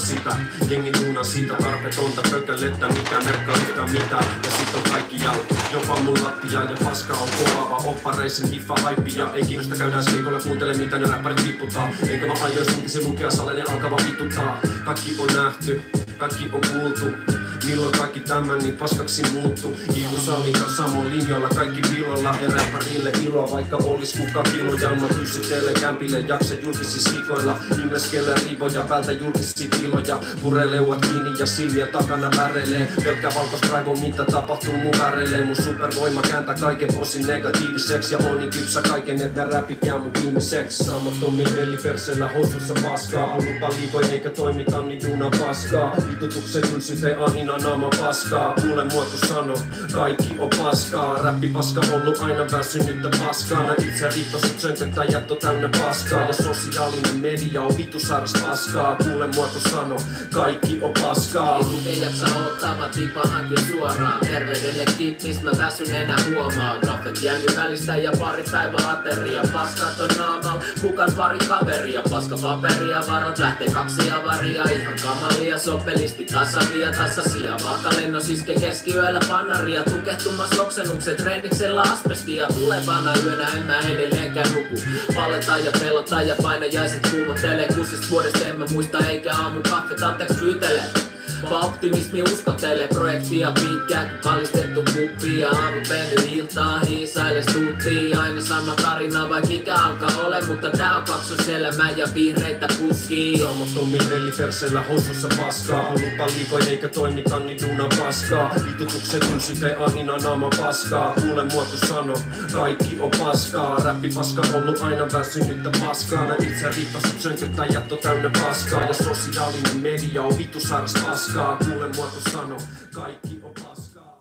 sitä. Jengi duunaa siitä tarpeetonta pökölettä, mikä merkkaa yhtään mitään. Ja sit on kaikki jälki, jopa mun lattia ja paska on kovaava. Oppareisin hiffa haippia, ei kiinnosta käydään skeikolla, kuuntele mitä ne räppärit tipputtaa. Eikä mä ajoin sunkisin lukea salenen alkava vituttaa. Kaikki on nähty, kaikki on kuultu. Milloin kaikki tämän niin paskaksi muuttu. Iivu Salminkaan samoin linjoilla, kaikki piloilla. Ja räppärille iloa, vaikka olis kuka kilojalma. Pysyttelee kämpille, jakse julkisissa hikoilla. Imeskelee rivoja, vältä julkisia tiloja. Puree leuat kiinni ja silmiä takana väreilee. Pelkkä valkostraivo, mitä tapahtuu mun väreilee. Mun supervoima kääntää kaiken osin negatiiviseksi. Ja on niin kypsä kaiken, että räpit jää mun viimeiseksi. Saamattommin veliperseellä housussa paskaa. Halupa liivoja eikä toimita niin duuna paskaa. Vitutuksen ylsyyteen ahina naama paskaa. Kuule mua kun sano, kaikki on paskaa. Räppi paska ollut aina väsynyttä paskaa. Nää itse riippasit sönköttää jättö täynnä paskaa. Ja sosiaalinen media on vitu sairas paskaa. Kuule mua kun sano, kaikki on paskaa. Ei jaksa ottaa, mä tipahankin suoraan. Terveydelle kiitos, mä väsyneenä huomaan. Graffet jäänyt välistä ja pari päivän ateria. Paskat on naamalla, kukan pari kaveria. Paska paperia, varot lähtee 2 avaria. Ihan kamalia, sopelisti tasavia, tasaisia. Vaakalennos iske keskiyöllä panaria. Tukehtumas oksennukset trendiksellä asbestia. Tulevana yönä en mä edelleenkään nuku. Paletaan ja pelotaan ja painajaiset kuumottelee. 6 vuodesta en mä muista eikä aamun kahvet anteeksi pyytele. Vaan optimismi uskottelee projektia pitkään kun kallistettu kuppi. Ja aamu mennyt iltaa hiisaille stuuttiin. Aina sama tarina vaik ikä alkaa ole. Mutta tää on kaksoselämä ja vihreitä puskii. Saamattommin veliperseellä housussa paskaa. Halupa liivoja eikä toimita niin duuna paskaa. Vitutukset ylsyyteen ahina naama paskaa. Kuule mua kun sano, kaikki on paskaa. Räppi paska ollut aina väsynyttä paskaa. Nää itse riippasit sönköttää jättö täynnä paskaa. Ja sosiaalinen media on vitu sairas paskaa. Kuule mua kun sano, kaikki on paskaa.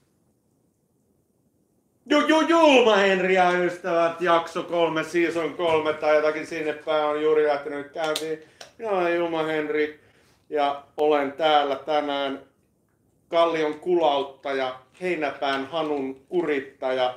Julma Henri ja ystävät, jakso 3, season 3 tai jotakin sinne päin on juuri lähtenyt käyntiin. Minä olen Julma Henri ja olen täällä tänään Kallion kulauttaja, Heinäpään Hanun kurittaja,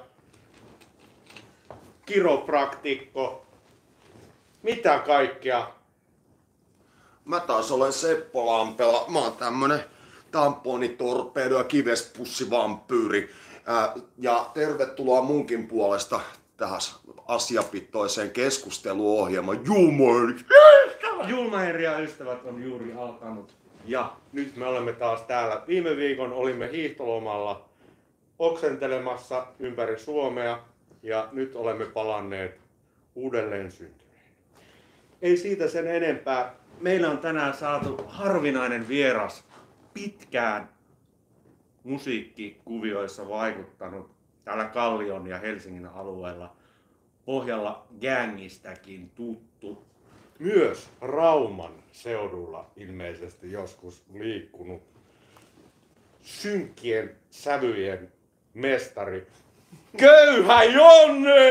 kiropraktikko. Mitä kaikkea? Mä taas olen Seppo Lampela. Mä oon tämmönen tamponitorpeedo ja kivespussivampyyri. Ja tervetuloa munkin puolesta tähän asiapitoiseen keskusteluohjelmaan. Julma Henri ja ystävät on juuri alkanut. Ja nyt me olemme taas täällä. Viime viikon olimme hiihtolomalla oksentelemassa ympäri Suomea. Ja nyt olemme palanneet uudelleen syntyneen. Ei siitä sen enempää. Meillä on tänään saatu harvinainen vieras, pitkään musiikkikuvioissa vaikuttanut täällä Kallion ja Helsingin alueella. Pohjalla gängistäkin tuttu. Myös Rauman seudulla ilmeisesti joskus liikkunut. Synkkien sävyjen mestari Köyhä Jonne!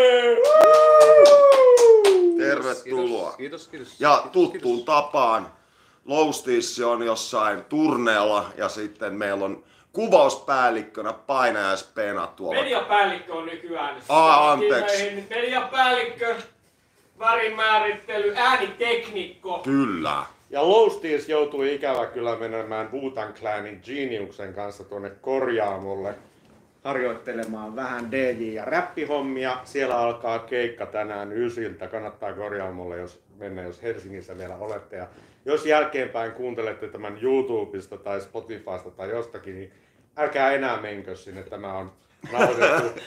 Tervetuloa. Kiitos. Ja tuttuun tapaan Loustissi on jossain turneella ja sitten meillä on kuvauspäällikkönä painajaispena tuolla. Mediapäällikkö on nykyään. Anteeksi. Mediapäällikkö, värimäärittely, ääniteknikko. Kyllä. Ja Loustis joutui ikävä kyllä menemään Wu-Tang Clanin Geniuksen kanssa tuonne korjaamolle harjoittelemaan vähän DJ- ja räppihommia. Siellä alkaa keikka tänään 9. Kannattaa korjaamolle mennä, jos Helsingissä vielä olette. Ja jos jälkeenpäin kuuntelette tämän YouTubesta tai Spotifysta tai jostakin, niin älkää enää menkö sinne. Tämä on nauhoitettu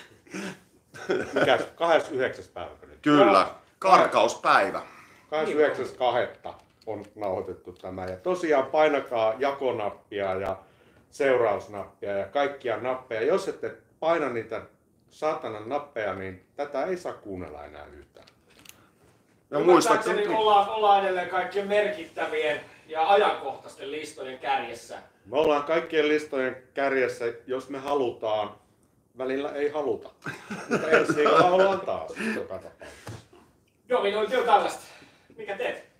29. päivä. Kyllä. Karkauspäivä. 29.2. on nauhoitettu tämä. Ja tosiaan painakaa jakonappia ja seurausnappia ja kaikkia nappeja. Jos ette paina niitä saatanan nappeja, niin tätä ei saa kuunnella enää yhtään. Ja Ymmärtääkseni ollaan edelleen kaikkien merkittävien ja ajankohtaisten listojen kärjessä. Me ollaan kaikkien listojen kärjessä, jos me halutaan. Välillä ei haluta. Mutta ensi viikolla ollaan taas. Joka tapauksessa. Dominointi on tällaista. Mikä teet?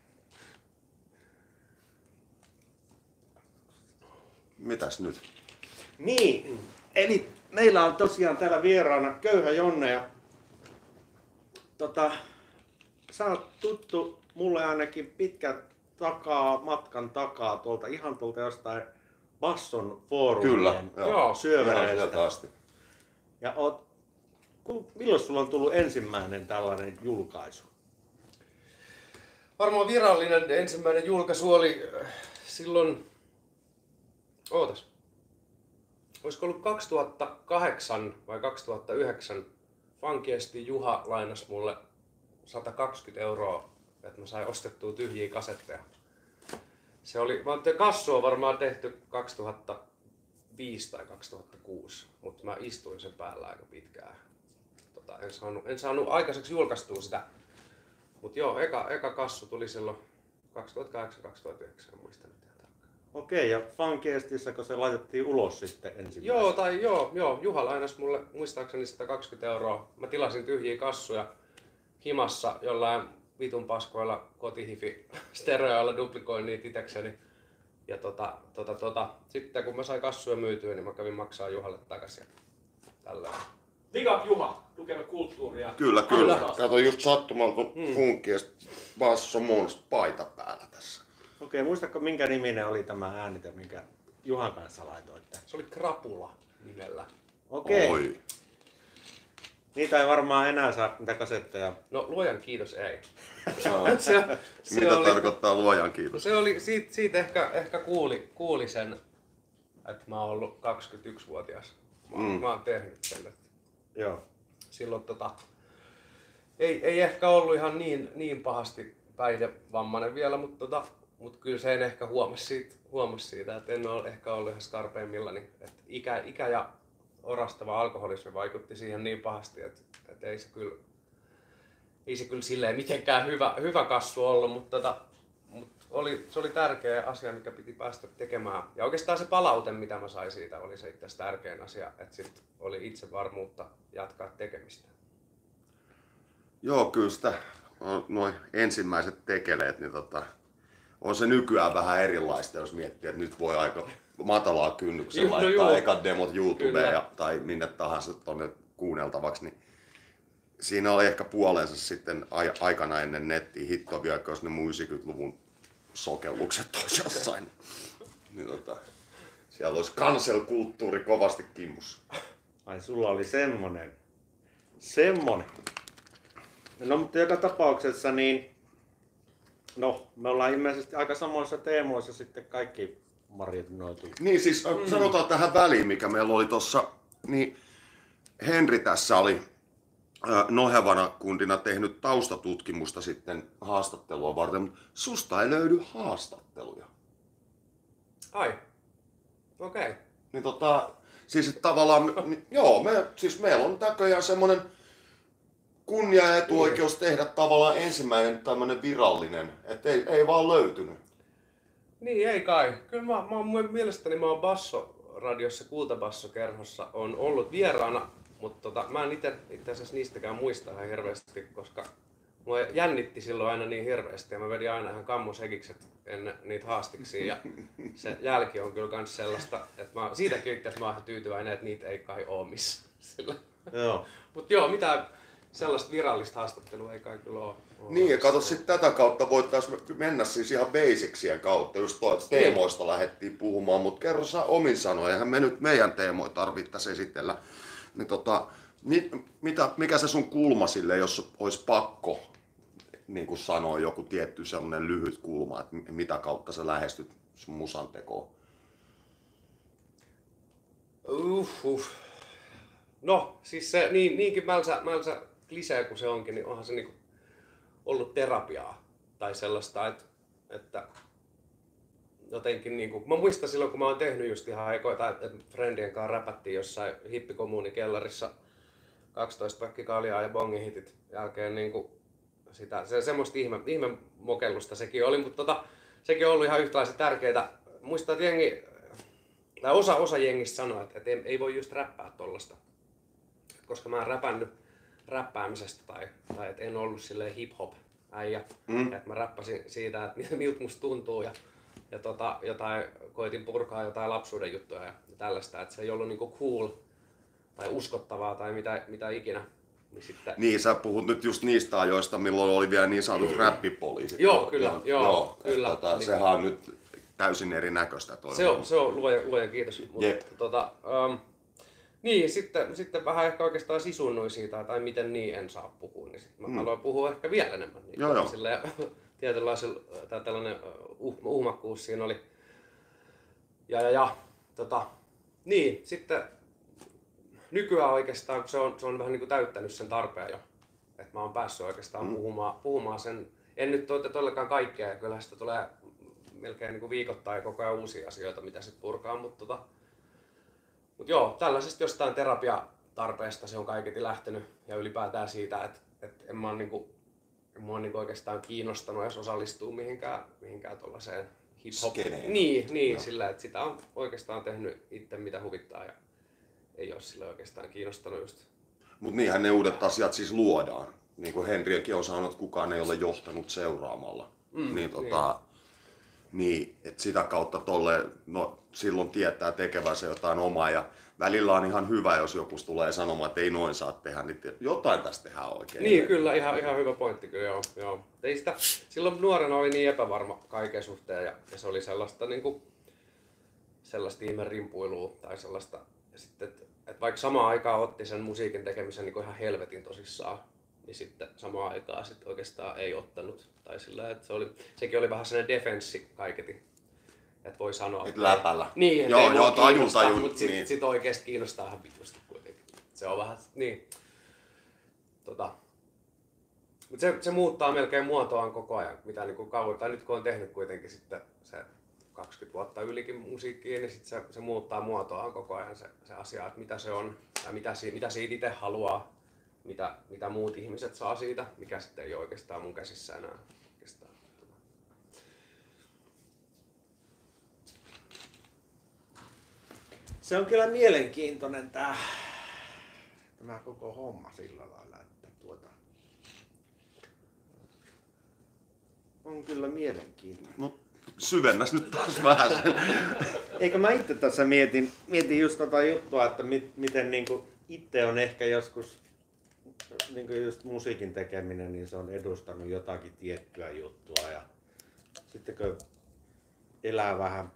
Mitäs nyt? Niin, eli meillä on tosiaan täällä vieraana Köyhä Jonne ja sä oot tuttu mulle ainakin pitkät matkan takaa, ihan tuolta jostain basson foorumien Kyllä, syövereistä. asti. Ja milloin sulla on tullut ensimmäinen tällainen julkaisu? Varmaan virallinen ensimmäinen julkaisu oli silloin, olisiko ollut 2008 vai 2009, Funkiesti Juha lainasi mulle 120 €, että mä sain ostettua tyhjiä kasetteja. Kassu on varmaan tehty 2005 tai 2006, mutta mä istuin sen päällä aika pitkään. En saanut aikaiseksi julkaistua sitä. Mutta joo, eka kassu tuli silloin 2008-2009, en muista nyt ihan tarkkaan. Okei, ja Funkiestissä, kun se laitettiin ulos sitten ensimmäisenä? Joo, Juha lainasi mulle muistaakseni 120 €. Mä tilasin tyhjiä kassuja himassa jollain vitun paskoilla kotihifi stereoilla, duplikoin niitä itekseni. Ja sitten kun mä sain kassuja myytyä, niin mä kävin maksaa Juhalle takaisin. Tällä. Big up Juha, tukeva kulttuuria. Kyllä. Kato just sattumalta Funkiesta basso mun paita päällä tässä. Okei, muistatko minkä niminen oli tämä äänite, minkä Juhan kanssa laitoitte? Se oli Krapula nimellä. Okei. Oi. Niitä ei varmaan enää saa niitä kasetteja. No luojan kiitos ei. Mitä tarkoittaa luojan kiitos? Se oli, siitä ehkä kuuli sen, että mä oon ollut 21-vuotias. Mä oon tehnyt sen. Joo. Silloin ei ehkä ollut ihan niin pahasti päihdevammainen vielä, mutta kyllä sen ehkä huomasi siitä, että en ole ehkä ollut ihan skarpeimmillani. Että ikä ja orastava alkoholismi vaikutti siihen niin pahasti, että ei se kyllä silleen mitenkään hyvä kasvu ollut, mutta se oli tärkeä asia, mikä piti päästä tekemään. Ja oikeastaan se palaute, mitä mä sain siitä, oli se itse asiassa tärkein asia, että sit oli itsevarmuutta jatkaa tekemistä. Joo, kyllä sitä noin ensimmäiset tekeleet, niin on se nykyään vähän erilaista, jos miettii, että nyt voi aika matalaa kynnyksellä laittaa ekat demot YouTubeen tai minne tahansa tuonne kuunneltavaksi. Niin siinä oli ehkä puolensa sitten aikana ennen nettiä hittovia, jos ne 90-luvun sokellukset olisi jossain. Niin siellä olisi cancel-kulttuuri kovasti kimmussa. Ai sulla oli semmonen. No mutta joka tapauksessa niin, me ollaan ilmeisesti aika samoissa teemoissa sitten kaikki marinoitu. Niin siis sanotaan tähän väliin, mikä meillä oli tossa, niin Henri tässä oli nohevana kundina tehnyt taustatutkimusta sitten haastattelua varten, mutta susta ei löydy haastatteluja. Ai, okei. Niin siis tavallaan, meillä on näköjään semmonen kunnia ja etuoikeus tehdä tavallaan ensimmäinen tämmönen virallinen, että ei vaan löytynyt. Niin ei kai. Kyllä mielestäni mä oon Basso-radiossa, Kultabassokerhossa on ollut vieraana, mutta mä en itse asiassa niistäkään muista ihan hirveästi, koska mua jännitti silloin aina niin hirveästi ja mä vedin aina ihan kammoshekikset ennen niitä haastiksia ja se jälki on kyllä kans sellaista, että siitäkin itse asiassa mä oon ihan tyytyväinen, että niitä ei kai oo missään. Joo. Mut joo, mitään sellaista virallista haastattelua ei kai kyllä ole. Niin, ja kato sitten tätä kautta voitaisiin mennä siis ihan basicsien kautta, just toi, että teemoista lähdettiin puhumaan, mutta kerro sä omin sanoin, eihän me nyt meidän teemoja tarvittaisi esitellä. Niin mikä se sun kulma sille, jos olisi pakko niin kuin sanoa joku tietty sellainen lyhyt kulma, että mitä kautta sä lähestyt sun musan tekoon? No, siis se niinkin mälsä klisee kuin se onkin, niin onhan se niinku ollut terapiaa tai sellaista, että jotenkin niinku, mä muistan silloin kun mä oon tehnyt just ihan aikoita, että friendien kanssa räpättiin jossain hippikommuunikellarissa 12 päkki kaljaa ja bongihitit jälkeen niinku se semmoista ihme mokellusta sekin oli, mutta sekin on ollut ihan yhtäläisen tärkeää. Muistan, että jengi, tai osa jengistä sanoo, että ei voi just räppää tollasta, koska mä en räpännyt räppäämisestä tai et en ollut silleen hip-hop äijä, että mä räppäsin siitä, että miltä musta tuntuu ja koitin purkaa jotain lapsuuden juttuja ja tällaista, että se ei ollut niinku cool tai uskottavaa tai mitä ikinä. Niin, sä puhut nyt just niistä ajoista, milloin oli vielä niin sanotut räppipoliisit. Joo, kyllä. Kyllä. Sehän on nyt täysin erinäköistä toi. Se on luojan kiitos. Mutta, niin, sitten vähän ehkä oikeastaan sisunnoin siitä, tai miten niin en saa puhua, niin sitten mä haluan puhua ehkä vielä enemmän. Niin tietynlaisella tällainen uhmakkuus siinä oli. Niin, sitten nykyään oikeastaan, kun se on vähän niin kuin täyttänyt sen tarpeen jo, että mä oon päässyt oikeastaan puhumaan sen, en nyt todellakaan kaikkea, ja kyllähän sitä tulee melkein niin kuin viikoittain koko ajan uusia asioita, mitä sitten purkaa, mutta joo, tällaisesta jostain terapiatarpeesta se on kaiketi lähtenyt, ja ylipäätään siitä, että en mä oon niinku oikeastaan kiinnostanut edes osallistua mihinkään tuollaiseen hip-hop. Niin, sillä, että sitä on oikeastaan tehnyt itse mitä huvittaa ja ei ole sillä oikeastaan kiinnostanut just. Mut niinhän ne uudet asiat siis luodaan. Niin kuin Henrikin on sanonut, että kukaan ei ole johtanut seuraamalla. Niin, että sitä kautta silloin tietää tekevänsä jotain omaa ja välillä on ihan hyvä, jos joku tulee sanomaan, että ei noin saa tehdä, niin jotain tästä tehdään oikein. Niin, kyllä, ihan hyvä pointti kyllä, joo. Ei sitä, silloin nuorena oli niin epävarma kaiken suhteen ja se oli sellaista niinku, sellaista ihmerimpuilua tai sellaista, ja sitten, että vaikka samaan aikaan otti sen musiikin tekemisen niin ihan helvetin tosissaan, niin sitten samaan aikaan sitten oikeastaan ei ottanut. Tai sillä, että sekin oli vähän sellainen defenssi kaiketi. Että voi sanoa, että läpällä. Niin, joo, tajun. Mutta sit oikeesti kiinnostaa ihan vitusti kuitenkin. Se on vähän, niin. Mutta se muuttaa melkein muotoaan koko ajan, mitä niinku kauan, tai nyt kun on tehnyt kuitenkin sitten se 20 vuotta ylikin musiikkiin, niin sitten se muuttaa muotoaan koko ajan se asia, että mitä se on, ja mitä siitä itse haluaa, mitä muut ihmiset saa siitä, mikä sitten ei ole oikeastaan mun käsissä enää. Se on kyllä mielenkiintoinen tämä koko homma sillä lailla, että on kyllä mielenkiintoinen. No, syvennäs nyt taas vähän sen. Eikö mä itse tässä mietin just tota juttua, että miten niinku itse on ehkä joskus niinku just musiikin tekeminen, niin se on edustanut jotakin tiettyä juttua ja sitten kun elää vähän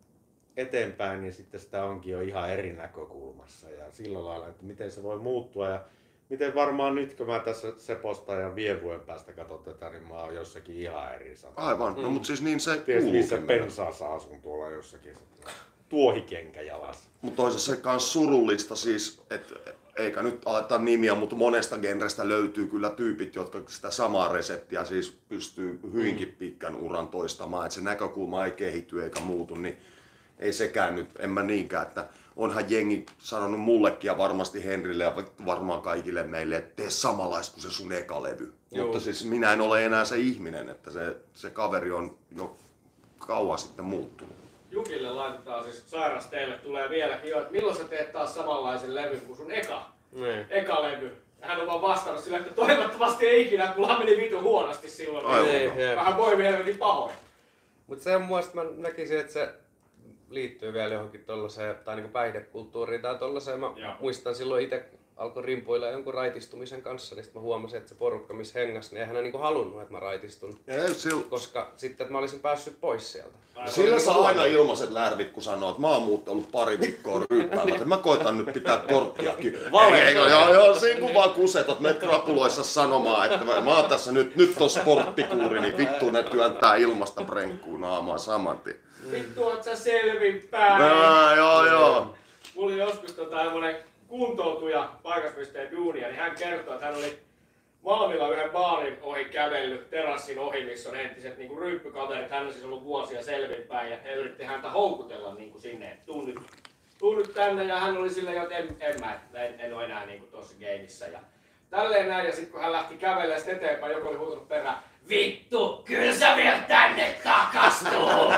eteenpäin, niin sitten sitä onkin jo ihan eri näkökulmassa ja sillä lailla, että miten se voi muuttua ja miten varmaan nyt, kun mä tässä Seposta ja 5 vuoden päästä katson tätä, niin mä oon jossakin ihan eri sanaa. Aivan, no mutta siis niin se kuuluukin. Missä pensaassa asun tuolla jossakin tuohikenkä jalassa. Mutta toisaalta se kans surullista siis, että eikä nyt aleta nimiä, mutta monesta genrestä löytyy kyllä tyypit, jotka sitä samaa reseptiä siis pystyy hyvinkin pitkän uran toistamaan, että se näkökulma ei kehity eikä muutu, niin ei sekään nyt, en mä niinkään, että onhan jengi sanonut mullekin ja varmasti Henrille ja varmaan kaikille meille, että tee samanlaista kuin se sun eka levy. Joo. Mutta siis minä en ole enää se ihminen, että se kaveri on jo kauan sitten muuttunut. Jukille laitetaan siis sairas teille tulee vieläkin jo, että milloin sä teet taas samanlaisen levyn kuin sun eka levy. Ja hän on vaan vastannut sillä, että toivottavasti ei ikinä, kun meni vitun huonosti silloin. Vähän voi helvetin pahoin. Mutta se on muista, mä näkisin, että se liittyy vielä johonkin tollaiseen, tai niinku päihdekulttuuriin tai tollaiseen. Mä muistan silloin itse alkoi rimpuilla jonkun raitistumisen kanssa, niin sitten mä huomasin, että se porukka, missä hengas, niin eihän ne niinku halunnut, että mä raitistun. Koska sitten, että mä olisin päässyt pois sieltä. Sillä sä aina ilmaiset lärvit, kun sanoo, että mä oon muuttanut pari viikkoa ryyppäämättä. Mä koitan nyt pitää korttiakin. Joo, siinä kun vaan kusetat, menet krapuloissa sanomaan, että mä oon tässä nyt on sporttikuuri, niin vittu ne työntää ilmasta prenkkuun naamaan samantien. Vittu oot sä selvinpäin. Joo. Mulla oli joskus semmonen kuntoutuja paikaspisteen duunia, niin hän kertoi, että hän oli Malmilla yhden baarin ohi kävellyt terassin ohi, missä on entiset niin ryyppykaverit. Hän on siis ollut vuosia selvinpäin ja he yritti häntä houkutella niin kuin sinne, että tuu nyt tänne. Ja hän oli silleen, että en ole enää niin tuossa gameissa. Ja tälleen näin, ja sitten kun hän lähti kävelemään sitten eteenpäin, joku oli huutanut perään, vittu, kyllä sä vielä tänne takastuu!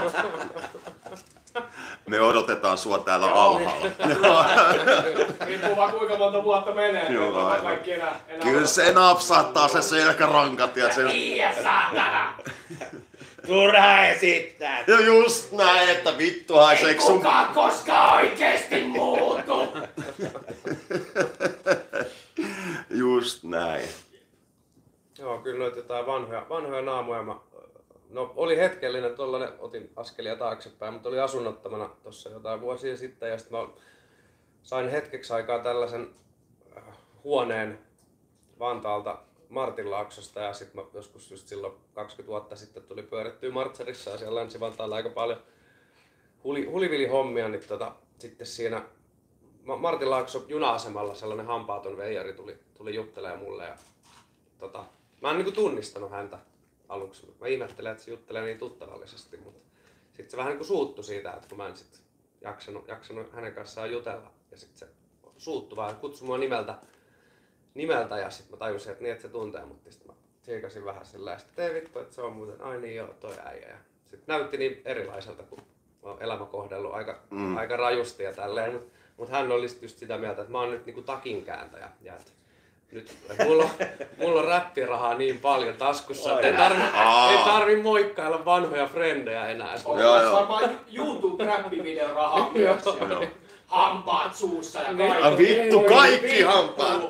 Me odotetaan sua täällä alhaalla. Riippuu vaan kuinka monta vuotta menee. Kaikki enää kyllä se napsahtaa se selkärankat ja se... Tiiä saatana! Turha esittää! Ja just näin, että vittu haiseeko sun... Ei kukaan koskaan oikeesti muutu! Just kyllä noita jotain vanhoja naamoja. No oli hetkellinen tollanen, otin askelia taaksepäin, mutta oli asunnottomana tuossa jotain vuosia sitten ja sitten mä sain hetkeksi aikaa tällaisen huoneen Vantaalta Martinlaaksosta ja sitten mä joskus just silloin 20 vuotta sitten tuli pyörittyä Martsarissa ja siellä Länsi-Vantaalla aika paljon hulivilihommia, niin sitten siinä Martinlaakson juna-asemalla sellainen hampaaton veijari tuli juttelemaan mulle ja mä en niinku tunnistanut häntä aluksi. Mä ihmettelen, että se juttelee niin tuttavallisesti, mutta sitten se vähän niinku suuttui siitä, että kun mä en sit jaksanut hänen kanssaan jutella ja sitten se suuttui vaan, kutsui mua nimeltä ja sitten mä tajusin, että niin, että se tuntee mut. Sitten mä siikasin vähän sillä että ei vittu, että se on muuten, ai niin joo, toi äijä. Ja sitten näytti niin erilaiselta, kun mä oon elämä kohdellut aika rajusti ja tälleen. Mutta hän oli just sitä mieltä, että mä oon nyt niinku takinkääntäjä. Ja nyt mulla on räppirahaa niin paljon taskussa, että ei tarvi moikkailla vanhoja frendejä enää. On varmaan YouTube-räppivideon rahaa myös. Hampaat suussa ja kaikki. Vittu, kaikki hampaat!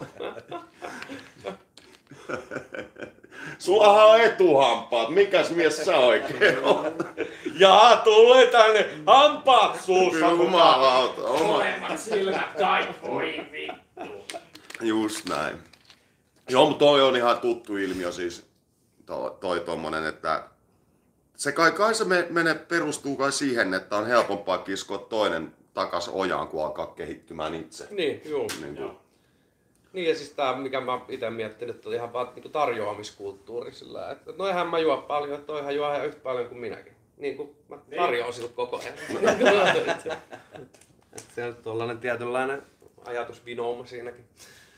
Sullahan on etuhampaat, mikäs mies sä oikein on? Jaa, tulee tänne hampaat suussa. Jumalauta, Molemmat silmät kaikki, voi vittu. Just näin. Joo, mutta toi on ihan tuttu ilmiö siis, toi tommonen, että se kai se perustuu kai siihen, että on helpompaa kiskoa toinen takas ojaan, kun alkaa kehittymään itse. Niin, juu. Niin ja siis tää, mikä mä ite miettinyt, on ihan vaan niinku tarjoamiskulttuuri sillä, että no eihän mä juo paljon, että toihan juo ihan yhtä paljon kuin minäkin. Niin kuin mä tarjoasin koko ajan. Se on tollanen tietynlainen ajatusvinouma siinäkin.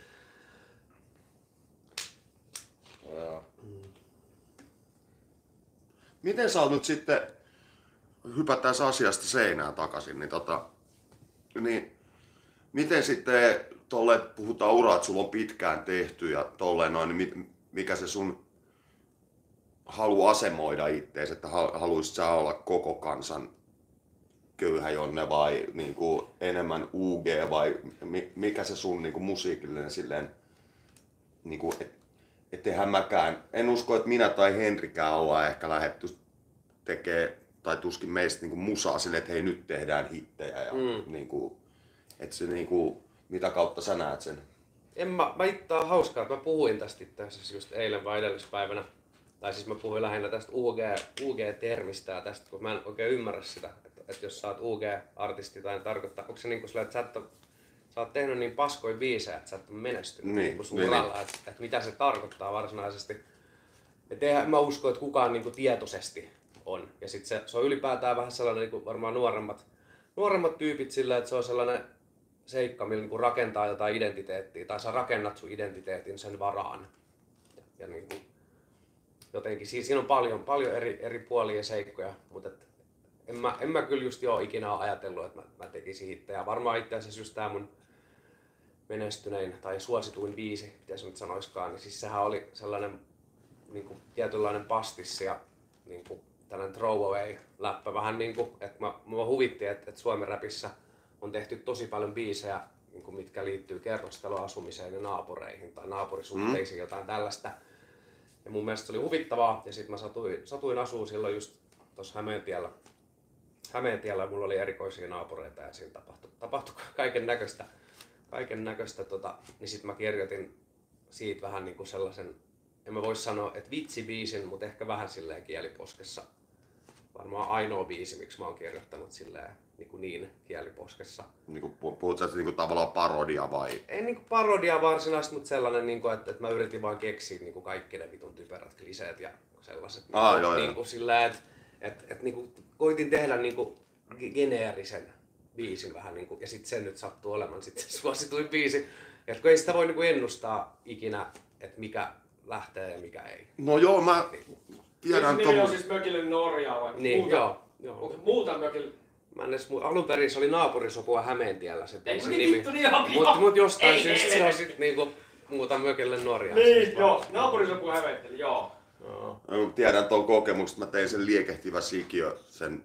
Miten sä oot nyt sitten, hypätään asiasta seinään takaisin, niin miten sitten tolle puhutaan uraa, että sulla on pitkään tehty ja tolleen noin, niin mikä se sun halu asemoida ittees, että haluisit sä olla koko kansan köyhäjonne vai niin kuin enemmän UG vai mikä se sun niin kuin musiikillinen silleen, niin kuin, etteihän mäkään, en usko, että minä tai Henrikään ollaan ehkä lähdetty tekee tai tuskin meistä niin kuin musaa silleen, että hei nyt tehdään hittejä ja niin kuin, että se niin kuin, mitä kautta sä näet sen? Mä itse on hauskaa, että mä puhuin tästä itse asiassa just eilen vai edellispäivänä. Tai siis mä puhuin lähinnä tästä UG-termistä ja tästä, kun mä en oikein ymmärrä sitä, että jos sä oot UG-artisti tai tarkoittaa, onko se niin kuin että sä oot tehnyt niin paskoja biisejä, että sä et ole menestynyt niin uralla, että mitä se tarkoittaa varsinaisesti. Et mä usko, että kukaan niin kuin tietoisesti on. Ja sit se on ylipäätään vähän sellainen niin kuin varmaan nuoremmat tyypit sillä, että se on sellainen seikka, millä niin kuin rakentaa jotain identiteettiä, tai sä rakennat sun identiteetin sen varaan. Ja niin kuin, jotenkin siinä on paljon eri puolia ja seikkoja, mutta en mä kyllä just ikinä ole ajatellut, että mä tekisin hittejä. Varmaan itse asiassa just tää mun menestynein tai suosituin biisi, miten se nyt sanoiskaan, niin siis sehän oli sellainen niin kuin tietynlainen pastissi ja niin kuin tällainen throwaway-läppä vähän niin kuin, että mua huvitti, että Suomen räpissä on tehty tosi paljon biisejä, niin kuin mitkä liittyy kerrostaloasumiseen ja naapureihin tai naapurisuhteisiin, jotain tällaista. Ja mun mielestä se oli huvittavaa ja sitten mä satuin asua silloin just tuossa Hämeentiellä mulla oli erikoisia naapureita ja siinä tapahtui kaiken näköistä, niin sitten mä kirjoitin siitä vähän niin kuin sellaisen, en mä vois sanoa, että vitsibiisin, mutta ehkä vähän silleen kieliposkessa. Varmaan ainoa biisi, miksi mä oon kirjoittanut silleen niin kieliposkessa. Puhutko sä niin tavallaan parodia vai? Ei niin parodia varsinaisesti, mutta sellainen, niin kuin, että mä yritin vaan keksiä niin kaikki ne vitun typerät kliseet ja sellaiset. Silleen, että niin kuin, koitin tehdä niin kuin geneerisen biisin vähän niin kuin, ja sitten se nyt sattuu olemaan sitten se suosituin biisi. Et kun ei sitä voi niin kuin ennustaa ikinä, että mikä lähtee ja mikä ei. No joo, mä tiedän tuon. Se on siis Mökille Norjaa vai? Niin, joo. Onko muuta Mökille? Alun perin se oli naapurisopua Hämeentiellä se nimi. Vittu niin Mut jostain syystä se on sit niinku muuta Mökille Norjaa. Niin, joo. Naapurisopua Hämeentiellä, joo. Tiedän tuon kokemuksen, mä tein sen Liekehtivä sikiö, sen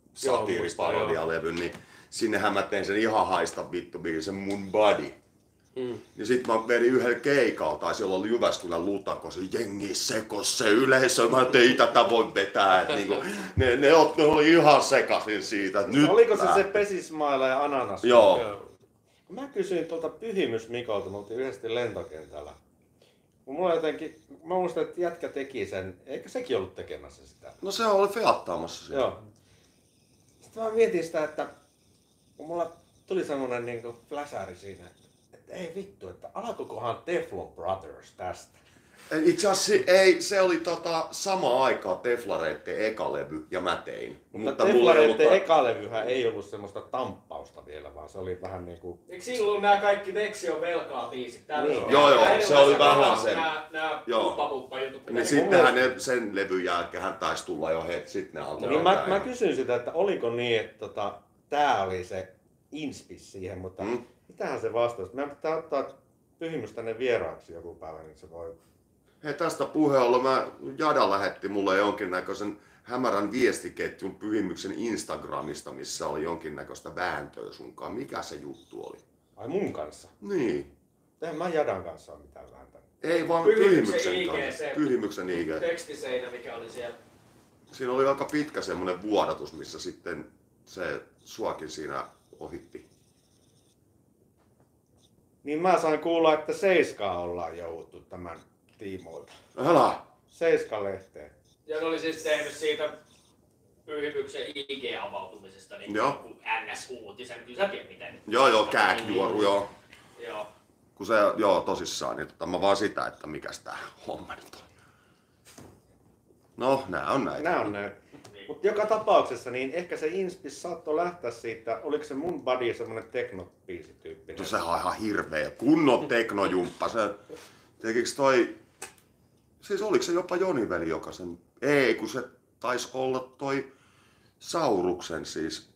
satiiriparodialevyn, niin sinnehän mä tein sen ihan haista vittu biisen Mun Body. Niin sit mä vedin yhdellä keikalla, tai siellä oli Jyväskylän Lutako, se jengi sekos, se yleisö, mä ei tätä voi vetää. Et niinku, ne oli ihan sekasin siitä. Nyt oliko se pesismaila ja ananas? Joo. Mä kysyin tuolta Pyhimys Mikolta, me oltiin yhdesti lentokentällä. Mulla jotenkin, mä muistan, että jätkä teki sen, eikä sekin ollut tekemässä sitä? No se oli feattaamassa sitä. Joo. Sitten mä mietin sitä, että kun mulla tuli semmonen niinku fläsäri siinä, että ei vittu, että alkoikohan Teflon Brothers tästä? Itse asiassa ei, se oli samaa aikaa Teflareitten ekalevy ja mä tein. Mutta Teflareitten ekalevyhän ei ollut semmoista tamppausta vielä, vaan se oli vähän niinku... Eikö silloin nämä kaikki Veksio velkaa biisit? Niin. Joo, se oli vähän sen. Nää puppa-jutut. Niin sittenhän sen levyn jälkeen taisi tulla jo heti, sitten ne alkoi. Niin mä kysyin sitä, että oliko niin, että tää oli se inspis siihen, mutta mitähän se vastasi? Meidän pitää ottaa Pyhimys tänne vieraaksi joku päivä, niin se voi... Hei, tästä puheella Jada lähetti mulle jonkinnäköisen hämärän viestiketjun Pyhimyksen Instagramista, missä oli jonkinnäköistä vääntöä sunkaan. Mikä se juttu oli? Ai mun kanssa? Niin. En mä Jadan kanssa ole mitään vääntänyt. Ei vaan Pyhimyksen kanssa. Pyhimyksen IG. Tekstiseinä, mikä oli siellä. Siinä oli aika pitkä semmonen vuodatus, missä sitten se suakin siinä ohitti. Niin mä sain kuulla, että Seiskaa ollaan jouduttu tämän tiimoilta. Älä! Seiska-lehteen. Ja ne oli siis tehnyt siitä Pyhimyksen IG-avautumisesta niin NS-uutisen. Kyllä sä tiedät miten. Joo, kääkjuoru, joo. Joo. Kun se, tosissaan, niin mä vaan sitä, että mikäs tää homma nyt on. No, nää on näitä. Nää on näitä. Mutta joka tapauksessa niin ehkä se inspis saattoi lähteä siitä, oliko se mun body semmonen teknobiisityyppinen? No sehän on ihan hirveä kunnon teknojumppa. Se, tekiks toi, siis oliko se jopa Joni-veli, joka sen, ei kun se taisi olla toi Sauruksen siis.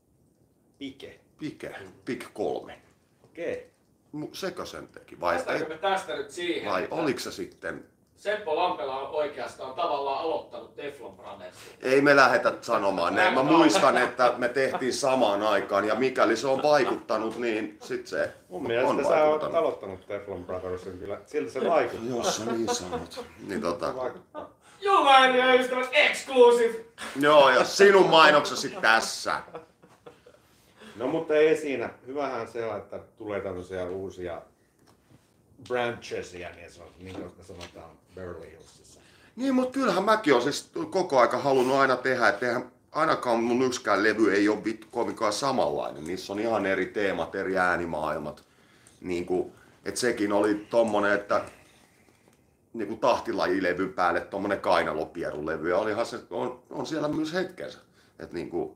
Pike 3. Okei. Sekö sen teki? Vai, Päästäänkö me tästä nyt siihen? vai oliko se sitten? Seppo Lampela on oikeastaan tavallaan aloittanut Teflon Brothersin. Ei me lähetä sanomaan. Mä muistan, että me tehtiin samaan aikaan ja mikäli se on vaikuttanut, niin sit se mun on mielestä sä oot vaikuttanut. aloittanut Teflon Brothersin kyllä. Siltä se vaikuttaa. Jos sä niin sanot. Niin Jumainen ja ystävät exclusive! Joo, ja sinun mainoksesi tässä. No mutta ei siinä. Hyvähän se on, että tulee tämmöisiä uusia branchesia, niin kuin sanotaan Beverly Hillsissä. Niin, mutta kyllähän mäkin olen siis koko aika halunnut aina tehdä, että eihän ainakaan mun yksikään levy ei ole kovinkaan samanlainen. Niissä on ihan eri teemat, eri äänimaailmat. Niin kuin, että sekin oli tommonen, että niin kuin tahtilajilevyn päälle tommonen kainalopierulevy. Ja olihan se, on siellä myös hetkensä. Että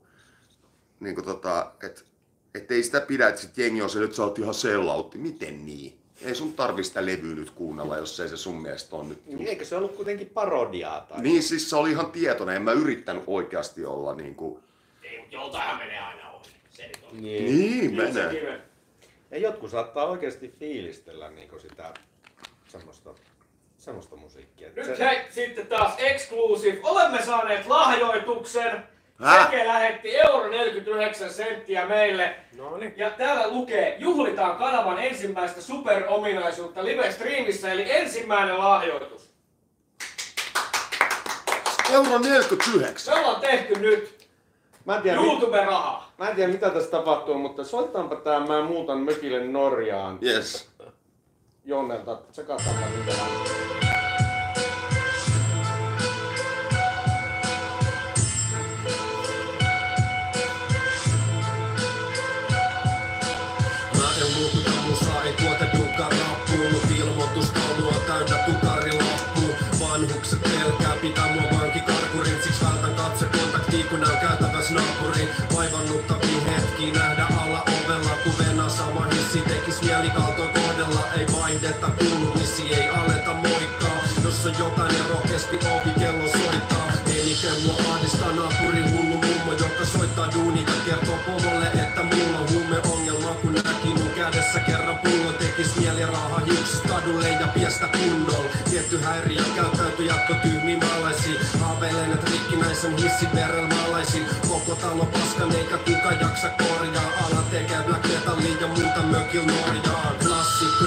et ei sitä pidä, että sit jengi on se, että sä oot ihan sellautti. Miten niin? Ei sun tarvi sitä levyä nyt kuunnella, jos ei se sun mielestä on nyt. Niin, eikö se ollut kuitenkin parodiaa? Tai... Niin, siis se oli ihan tietoinen. En mä yrittänyt oikeasti olla niinku... Ei, mutta joltainhan menee aina ohi. Niin menee. Ja jotkut saattaa oikeasti fiilistellä niinku sitä semmoista musiikkia. Nyt hei, sitten taas exclusive. Olemme saaneet lahjoituksen. Seke lähetti €49 meille. Noniin. Ja täällä lukee, juhlitaan kanavan ensimmäistä superominaisuutta live-streamissä, eli ensimmäinen lahjoitus. €49. Me ollaan tehty nyt YouTube-rahaa. Mä en tiedä mitä tässä tapahtuu, mutta soitetaanpa tää, mä muutan mökille Norjaan. Yes. Jonnelta, tsekataanpa mitä. Ei tuotettukaan rappuun, mut ilmoitustaulua täynnä tukari loppuu. Vanhukset pelkää, pitää mua vankikarkurin, siks vältän katsekontaktia, kun näyn käytäväs naapuriin. Vaivannuttavia hetkiä nähdä alla ovella, kun venä sama hissi tekis mieli kaltoin kohdella. Ei vaihdeta kuulumisi, ei aleta moikkaa, jos on jokainen rohkeasti ovi kello soittaa. Eniten mua ahdistaa naapurin hullu mummo, joka soittaa duunia, kertoo pomolle, että mulla on huumeongelma, kun näki mun kädessä kerran pullon. Tekis mieli raaha hiuksis kadulle ja piestä kunnolla. Tietty häiriö käyttäytyi jatko tyhmiin maalaisiin. Haaveilen, et rikkinäisen hissin verrellä maalaisin. Koko talo paskan eikä kuka jaksa korjaa. Ala tekee black metallia ja muuta mökil Norjaan. Klassikko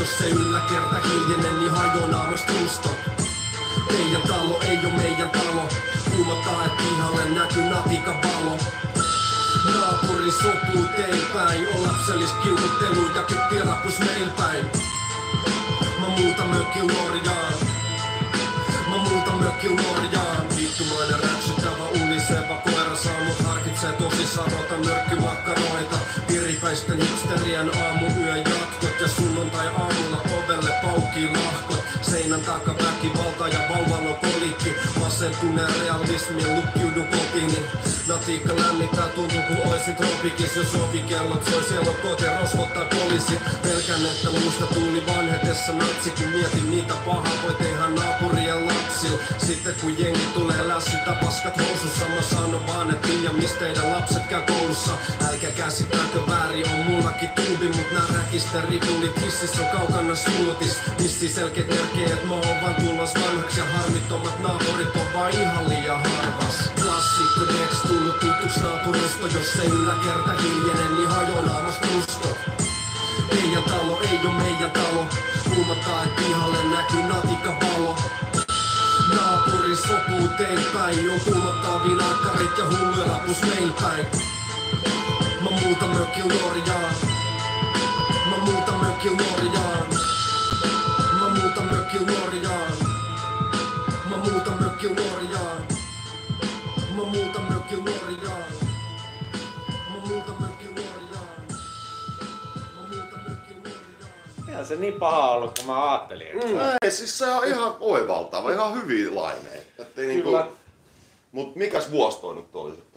jos se yläkerta hiljenee, niin hajoaa naamasta rustot. Teidän talo ei oo meidän talo, kuumottaa et pihalle näkyy natikan valo. Naapuri sopuu tein päin, on lapsellis kiukuttelu ja kyppirapus meil päin. Mä muutan mökkiin Norjaan. Mä muutan mökkiin Norjaan. Vittumainen räksyttävä uniseva koira saa mut harkitsee tosissaan ota mörkkymakkaroita. Piripäisten hipsterien aamuyön jatkot ja sunnuntai aamulla ovelle paukkii lahkot. Seinän takaa väkivalta ja vauvalo kolikki. Masentuneen realismien lukkiudun kotiini. Natiikka lämmittää tuntuu kun oisit tropikis. Jos ovikellot soi siellä on kote rosvot tai poliisit. Pelkän että musta tuuli vanhetessa natsi. Kun mietin mitä pahaa voi tehdä naapurien lapsil. Sitten kun jengi tulee lässytä paskat housussa. Mä sanon vaan et tiiä mistä teidän lapset käy koulussa. Älkää käsittääkö väärin on mullakin tuubi. Mut nää räkisteripulit hississä on kaukana smuutis. Missi selkeet merkkiä et mä oon vaan tullas vanhaks. Ja harmittomat naapurit on vaan ihan liian harvas. Klassikko Dex tullut tuttuks naapurusto. Jos se yläkerta hiljenee niin hajoaa naamasta rustot. Teidän talo ei oo meidän talo. Kuumottaa et pihalle näkyy natikan valo. Naapuri sopuu tein päin. On kuumottavia nakkarit ja hullurapus meil päin. Mä muutan mökkiin Norjaan. Mä muutan mökkiin Norjaan. Mä muutan mökkiin Norjaan. Mä muutan mökkiin Norjaan. Mä muutan mökkiin Norjaan. Mä muutan mökkiin Norjaan. Mä muutan mökkiin Norjaan. Eihän se niin paha ollut kuin mä ajattelin. Ei, siis se on ihan oivaltava, ihan hyviä laineja. Niinku, mut mikäs vuosi toi nyt oli sitten?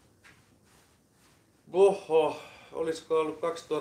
Oho, olisiko ollut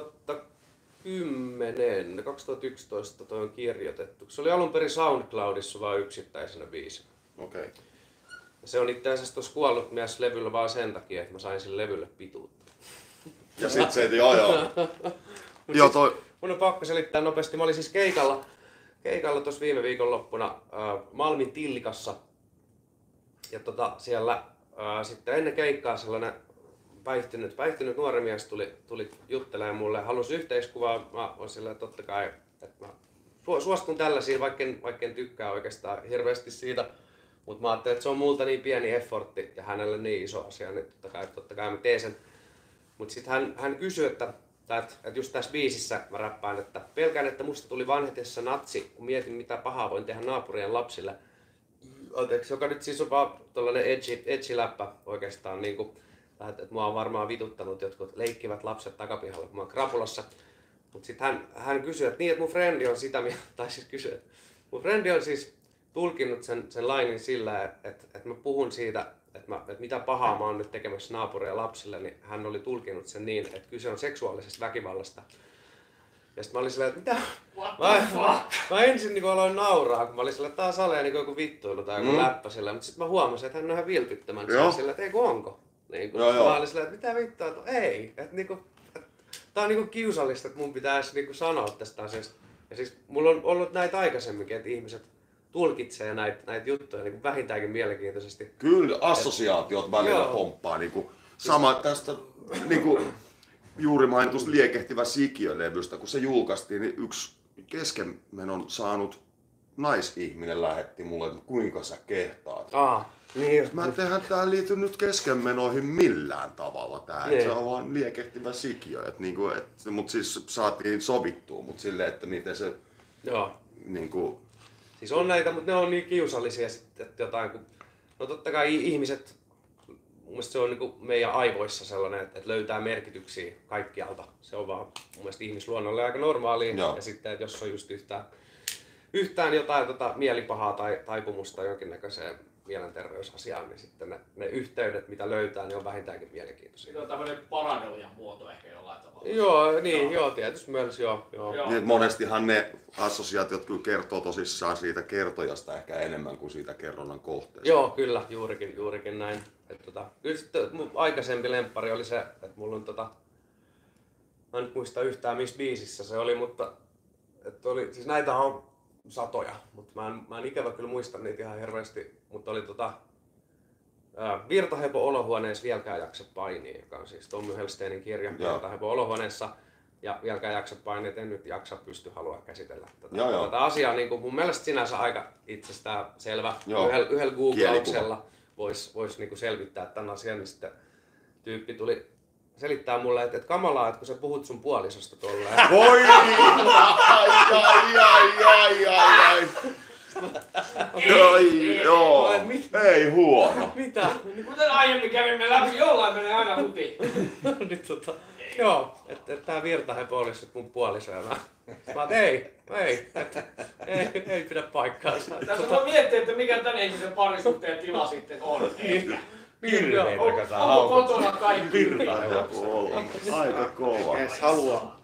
2010, 2011 toi on kirjoitettu. Se oli alun perin SoundCloudissa vaan yksittäisenä biisinä. Okei. Okay. Se on itse asiassa tuossa Kuollut mies -levyllä vaan sen takia, että mä sain sille levylle pituutta. Ja sit se eti ajaa. Joo toi. Mun on pakko selittää nopeasti. Mä olin siis keikalla tuossa viime viikonloppuna Malmin Tillikassa. Ja siellä sitten ennen keikkaa sellainen päihtynyt nuori mies tuli juttelemaan mulle. Halusi yhteiskuvaa. Mä olin silleen, että totta kai, että mä suostun tällaisiin, vaikka en tykkää oikeastaan hirveästi siitä. Mutta mä ajattelin, että se on multa niin pieni effortti ja hänelle niin iso asia, niin totta kai mä teen sen. Mutta sitten hän kysyi, että just tässä biisissä mä räppään, että pelkään, että musta tuli vanhetessa natsi, kun mietin mitä pahaa voin tehdä naapurien lapsille. Anteeksi, joka nyt siis on vaan tollanen edgy läppä oikeastaan. Niin kuin, että mua on varmaan vituttanut jotkut leikkivät lapset takapihalla, kun mä oon krapulassa. Mutta sitten hän kysyi, että niin, että mun frendi on sitä mieltä, tai siis kysyi, että mun frendi on siis tulkinnut sen lainin sillä, että mä puhun siitä, että mitä pahaa mä oon nyt tekemässä naapuria lapsille, niin hän oli tulkinnut sen niin, että kyse on seksuaalisesta väkivallasta. Ja sitten mä olin silleen, että mitä? Mä ensin niin aloin nauraa, kun mä olin silleen, että taas alee niin joku vittuilu tai joku läppä sillä. Mutta sitten mä huomasin, että hän on ihan vilpittömän sillä, että eikö onko? Niin kun, mä olin silleen, että mitä vittua, että ei. Että niinku, tää on niinku kiusallista, että mun pitäisi niinku sanoa tästä asiasta. Ja siis mulla on ollut näitä aikaisemminkin, että ihmiset tulkitsee näitä juttuja niin vähintäänkin mielenkiintoisesti. Kyllä, assosiaatiot välillä pomppaa. Niin sama tästä niin juuri mainitusta Liekehtivä sikiö-levystä, kun se julkaistiin, niin yksi keskenmenon saanut naisihminen lähetti mulle, että kuinka sä kehtaat. Niin. Mä tehdään tää liity nyt keskenmenoihin millään tavalla tää. Se on vaan Liekehtivä sikiö. Niinku, mut siis saatiin sovittua, mut silleen, että miten se niinku. Siis on näitä, mutta ne on niin kiusallisia sitten, että jotain kun. No totta kai ihmiset, mun mielestä se on niinku meidän aivoissa sellainen, että löytää merkityksiä kaikkialta. Se on vaan mun mielestä ihmisluonnolle aika normaalia. Ja sitten, että jos on just yhtään jotain mielipahaa tai taipumusta jonkinnäköiseen mielenterveysasiaan, niin sitten ne yhteydet, mitä löytää, niin on vähintäänkin mielenkiintoisia. Se on tämmöinen paranoian muoto ehkä jollain tavalla. Joo, tietysti myös joo. Niin, monestihan ne assosiaatiot kyllä kertoo tosissaan siitä kertojasta ehkä enemmän kuin siitä kerronnan kohteesta. Joo, kyllä, juurikin näin. Kyllä sitten mun aikaisempi lemppari oli se, että mulla on mä en nyt muista yhtään missä biisissä se oli, mutta että oli, siis näitä on satoja, mutta mä en ikävä kyllä muista niitä ihan hirveästi, mutta oli Virtahepo olohuoneessa vieläkään jaksa painia, joka on siis Tommy Hellsteinin kirja Virtahepo olohuoneessa. ja vieläkään jaksa paineet, en nyt halua käsitellä tätä asiaa. Niin kuin mun mielestä sinänsä aika itsestään selvä. Yhdellä googlauksella vois niin kuin selvittää tämän asian, niin sitten tyyppi tuli selittää mulle, että kamalaa, että kun sä puhut sun puolisosta tolleen. Voi! Ai. Joo, ei huono. Mitä? Kuten aiemmin kävimme läpi, jollain menee aina huti. Nyt joo, että tää Virtahepo olisi nyt mun puoliso. Mä ei pidä paikkaansa. Tässä voi miettiä, että mikä tän ihmisen parisuhteen tila sitten on. Hirveetä onko kotona kaikki? Aika kova. Ees halua.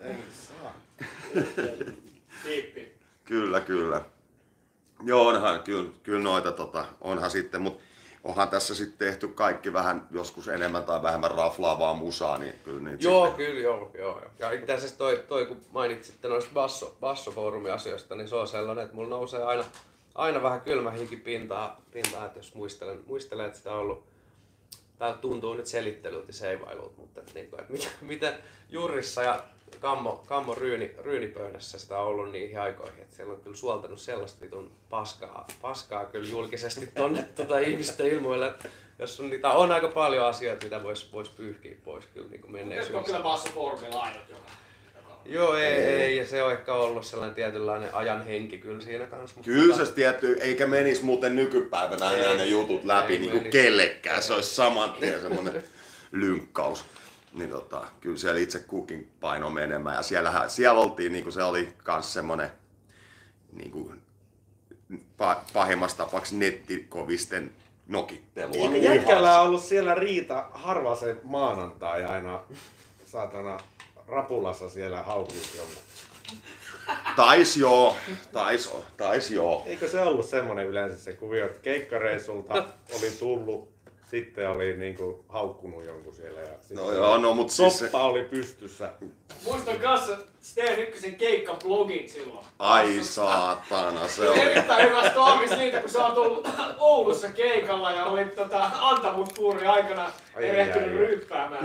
Tiippi. Kyllä. Joo, onhan kyllä noita onhan sitten, mutta onhan tässä sitten tehty kaikki vähän joskus enemmän tai vähemmän raflaavaa musaa, niin kyllä niitä Joo. Ja itse asiassa toi kun mainitsitte noista bassofoorumiasioista, niin se on sellainen, että mulla nousee aina vähän kylmä hiki pintaa, että jos muistelen, että sitä on ollut, tää tuntuu nyt selittelyltä seivailulta, mutta miten Jurrissa ja Kammo Ryynipöydässä sitä on ollut niihin aikoihin, että siellä on kyllä suoltanut sellaista vitun paskaa kyllä julkisesti tonne ihmisten ilmoille, että jos on aika paljon asioita, mitä vois pyyhkiä pois kyllä niin menneisyydessä. On kyllä bassofoorumilla ainut joka. Joo, ei, ja se on ehkä ollut sellainen tietynlainen ajan henki kyllä siinä kanssa. Kyllä se tietty, eikä menisi muuten nykypäivänä enää ne jutut läpi niin kuin kellekään, se olisi saman tien semmoinen lynkkaus. Niin kyllä siellä itse kukin paino menemään ja siellä oltiin, niin kuin se oli kans semmonen niin kuin pahimmassa tapauksessa nettikovisten nokittelua. Jätkällä on ollut siellä riita harva se maanantai aina saatana rapulassa siellä haukuus jonkun. Tais joo. Eikö se ollut semmonen yleensä se kuvio, että keikkareissulta oli tullut, sitten oli niinku haukkunut jonkun siellä ja mutta soppa siis oli pystyssä. Muistan kanssa Steen Ykkösen keikkablogin silloin. Ai saatana, se oli. Erittäin hyvä story siitä, kun sä oot ollut Oulussa keikalla ja olit Antamut-tuuri aikana erehtynyt ryyppäämään.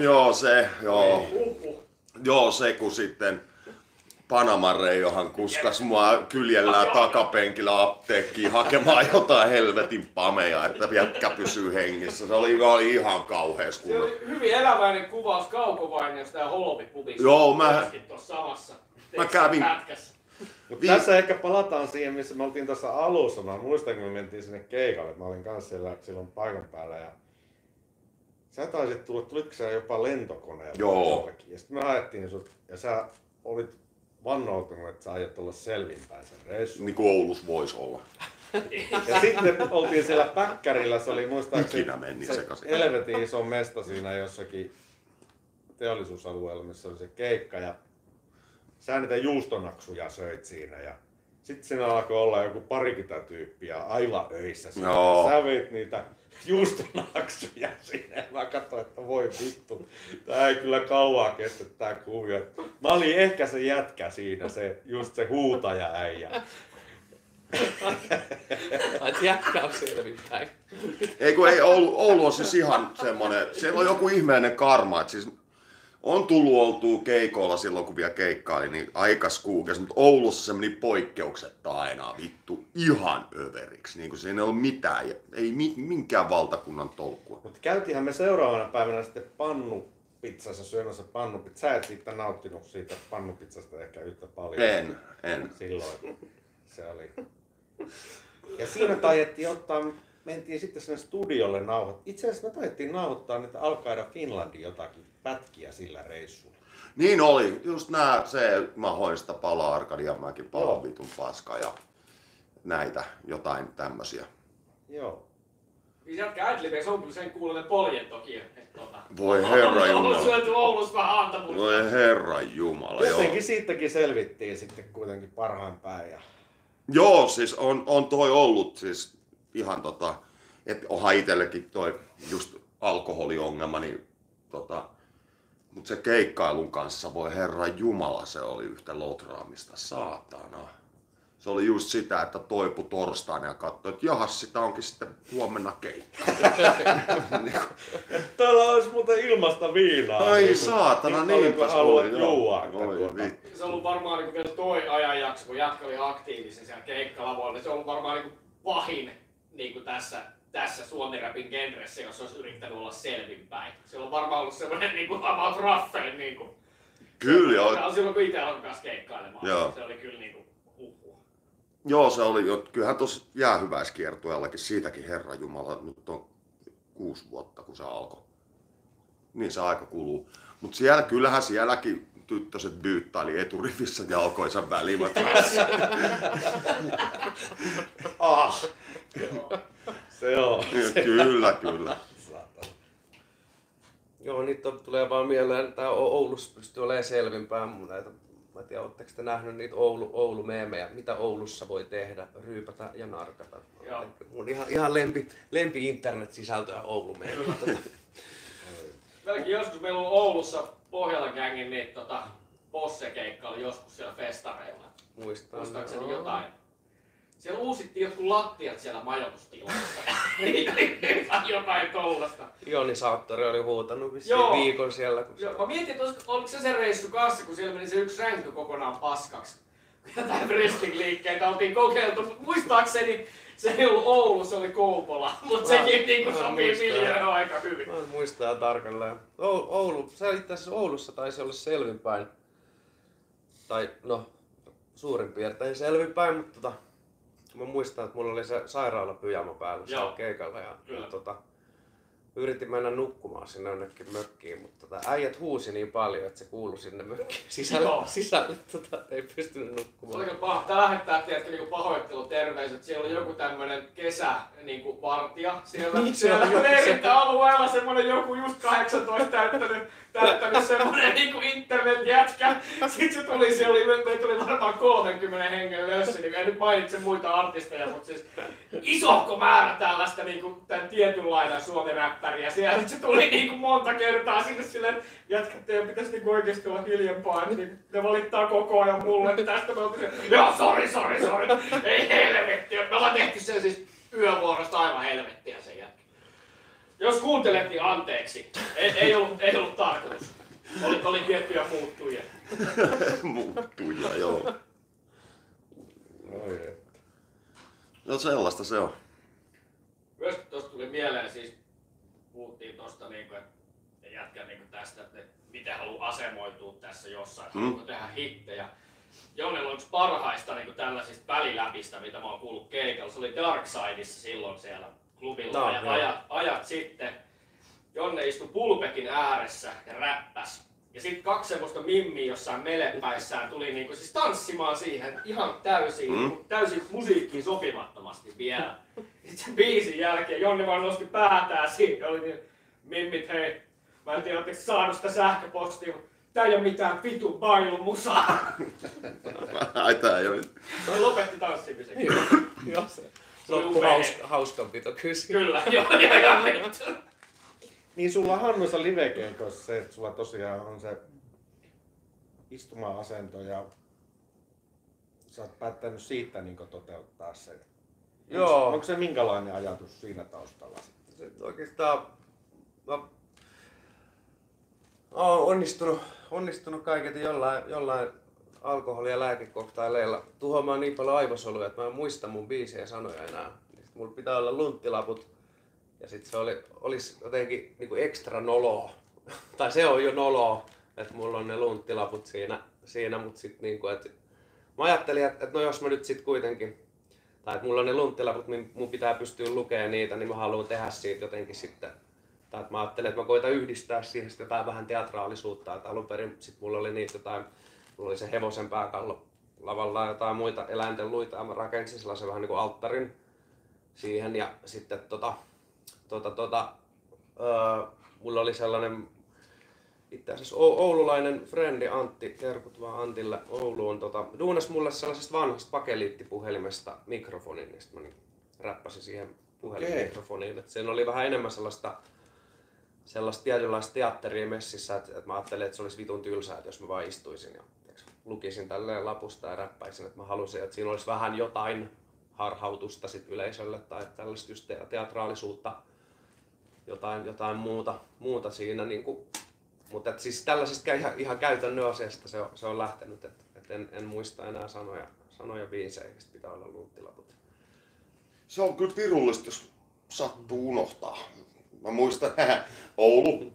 Joo, se kun sitten Panaman Reijohan kuskas mua kyljellään takapenkillä apteekkiin hakemaan jotain helvetin pameja, että jätkä pysyy hengissä. Se oli ihan kauhees Se oli hyvin eläväinen kuvaus Kaukovainiosta ja Holopipubista. Joo, mä kävin. Tässä ehkä palataan siihen, missä me oltiin tuossa alussa. Mä muistan, kun me mentiin sinne keikalle. Mä olin kanssa siellä silloin paikan päällä. Ja sä taisit tulitko sä jopa lentokoneella? Joo. Ja sitten me haettiin sut ja sä olit vannoutunut, että sä aiot olla selvinpäin sen reissun. Niin kuin Oulussa voisi olla. Ja sitten oltiin siellä Päkkärillä, se oli muistaakseni se helvetin iso mesta siinä jossakin teollisuusalueella, missä oli se keikka. Ja sä niitä juustonaksuja söit siinä ja sitten siinä alkoi olla joku parikymmentä tyyppiä aivan öissä. Sä veit niitä juustonaksuja siinä ja mä katsoin, että voi vittu, tää ei kyllä kauaa kestä tää kuvio. Mä olin ehkä se jätkä siinä, just se huutaja äijä. Jätkä on selvinpäin. Ei Oulu on siis ihan semmonen, siellä on joku ihmeellinen karma, että siis on tullut oltua keikoilla silloin, kun vielä keikkaili, niin aika skuukas, mutta Oulussa se meni poikkeuksetta aina vittu ihan överiksi. Niin kuin siinä ei ole mitään, ei minkään valtakunnan tolkkua. Mutta käytiinhän me seuraavana päivänä sitten pannupizzassa syömässä pannupizzaa. Sä et siitä nauttinut siitä pannupizzasta ehkä yhtä paljon. En. Silloin se oli. Ja siinä taidettiin mentiin sitten sinne studiolle nauhoittaa. Itse asiassa me taidettiin nauhoittaa niitä Al-Qaida Finlandin jotakin pätkiä sillä reissulla. Niin oli, just mä hoin sitä palaa Arkadianmäkin palaa vitun paska ja näitä jotain tämmösiä. Joo. Niin jätkä Adlibes on kyllä sen kuuluinen poljen toki. Voi herra jumala. On syöty Oulussa vähän Antamusta. Voi herra jumala, jotenkin siitäkin selvittiin sitten kuitenkin parhaan päin. Joo, siis on toi ollut siis ihan että onhan itsellekin toi just alkoholiongelma, niin mutta se keikkailun kanssa, voi herra jumala, se oli yhtä lotraamista, saatana. Se oli just sitä, että toipu torstaina ja katsoi, että jahas, sitä onkin sitten huomenna keitto. Täällä olisi muuten ilmasta viinaa. Ai saatana, niinpäs haluat oli. juua. Se on ollut varmaan niin vielä toi ajanjakso, kun Jakke oli aktiivisen siellä keikkalavoilla. Se on ollut varmaan niin pahin niin tässä suomi-rapin genressä, jos olisi yrittänyt olla selvinpäin. Se on varmaan ollut semmoinen niin about raffein. Niin Kyllä joo. Silloin kun itse alkoi kanssa keikkailemaan. Joo. Se oli kyllä niin kuin Joo, se oli jo. Kyllähän tuossa jäähyväiskiertueellakin, siitäkin Herran Jumala, nyt on 6 vuotta kun se alkoi. Niin se aika kuluu. Mutta kyllähän sielläkin tyttöset byyttäili eturivissä jalkoinsa välimatkoissa. Se on. Kyllä. Joo, niitä tulee vaan mieleen, että Oulussa pystyy olemaan selvinpäin. Mä en tiedä, ootteko te nähnyt niitä Oulu-meemejä, mitä Oulussa voi tehdä, ryypätä ja narkata. Joo. Mun ihan lempi internet-sisältöä Oulu-meemejä. Melkein joskus meillä on Oulussa Pohjola-gängin niin, Posse-keikka oli joskus siellä festareilla. Muistaakseni jotain. Siellä uusittiin jotkut lattiat siellä majoitustilassa. Jotain tollasta. Ionisaattori oli huutanut viikon siellä. Joo, mä mietin, että oliko se reissu kanssa, kun siellä meni se yksi ränky kokonaan paskaksi. Jotain wrestling-liikkeitä oltiin kokeiltu, mutta muistaakseni se ei ollut Oulu, se oli Kouvola. Mutta sekin niin sopii miljoonaa aika hyvin. Mä en muistaa tarkalleen. Oulu, se itse asiassa Oulussa taisi olla selvinpäin. Tai no, suurin piirtein selvinpäin, mutta mä muistan, että mulla oli se sairaalapyjama päällä siellä keikalla ja yritin mennä nukkumaan sinne jonnekin mökkiin, mutta äijät huusi niin paljon, että se kuului sinne mökkiin sisälle ei pystynyt nukkumaan. Se oli kyllä paha. Tää lähettää tietenkin pahoitteluterveiset. Siellä oli joku tämmönen kesävartija siellä leirintäalueella, semmonen joku just 18 täyttänyt semmonen internet-jätkä. Sitten se tuli, meitä oli varmaan 30 hengen lössi, niin en nyt mainitse muita artisteja, mutta siis isohko määrä tällaista tän tietynlainen suomi-räppäriä. Siellä se tuli monta kertaa sinne silleen, jätkät teidän pitäisi oikeesti olla hiljempaa, että ne valittaa koko ajan mulle tästä. Me oltiin joo, sori. Ei helvetti. Me ollaan tehty sen siis yövuorosta aivan helvettiä sen jälkeen. Jos kuuntelet, niin anteeksi. Ei ollut tarkoitus. Oli tiettyjä muuttujia. Muuttuja, joo. No sellaista se on. Myös tuosta tuli mieleen, siis puhuttiin tosta että jätkä tästä, että miten haluaa asemoitua tässä jossain, haluaa tehdä hittejä. Jonnella on yksi parhaista tällaisista väliläpistä, mitä mä oon kuullut keikalla. Se oli Darksideissa silloin siellä klubilla ajat sitten. Jonne istui pulpetin ääressä ja räppäs. Ja sitten 2 semmoista mimmiä jossain melepäissään tuli siis tanssimaan siihen ihan täysin musiikkiin sopimattomasti vielä. Sitten sen biisin jälkeen Jonni vaan nosti päätään siitä. Oli niin, mimmit hei, mä en tiedä, ootteko saanut sitä sähköpostia, mutta tää ei oo mitään vitun bailumusaa. Ai tää ei oo. Se lopetti tanssimisen. Joo, se on hauskanpito kyllä. Joo. Niin sullahan noissa livekeikoissa se, että sulla tosiaan on se istuma-asento ja sä oot päättänyt siitä toteuttaa sen. Joo. Onko se minkälainen ajatus siinä taustalla? Oikeastaan mä oon onnistunut kaiketi jollain alkoholi- ja lääkekoktaileilla tuhoamaan niin paljon aivosoluja, että mä en muista mun biisien sanoja enää. Sitten mulla pitää olla lunttilaput ja sit se olisi jotenkin ekstra noloa. Tai se on jo noloa, että mulla on ne lunttilaput siinä mutta sit että mä ajattelin, että no jos mä nyt sit kuitenkin tai että mulla on ne lunttilaput, niin mun pitää pystyä lukemaan niitä, niin mä haluan tehdä siitä jotenkin sitten. Tai että mä ajattelin, että mä koitan yhdistää siihen sitten jotain vähän teatraalisuutta. Että alun perin sit mulla oli niitä mulla oli se hevosen pääkallo lavalla jotain muita eläinten luita ja mä rakensin sellaisen vähän alttarin siihen ja sitten mulla oli sellainen itse asiassa oululainen frendi Antti, terkut vaan Antille Ouluun, duunas mulle sellaisesta vanhasta bakeliittipuhelimesta mikrofonin, niin sitten mä räppäsin siihen puhelinmikrofoniin. Okay. Siinä oli vähän enemmän sellaista tietynlaista teatteria messissä, että mä ajattelin, että se olisi vitun tylsää, että jos mä vaan istuisin ja lukisin tälleen lapusta ja räppäisin, että mä halusin, että siinä olisi vähän jotain harhautusta sit yleisölle tai tällaista just teatraalisuutta, jotain muuta siinä. Niinku. Mutta siis tällaisista ihan käytännön asiasta se on lähtenyt, että en muista enää sanoja biiseistä, pitää olla luuttilaput. Se on kyllä virullista, jos sattuu unohtaa. Mä muistan Oulu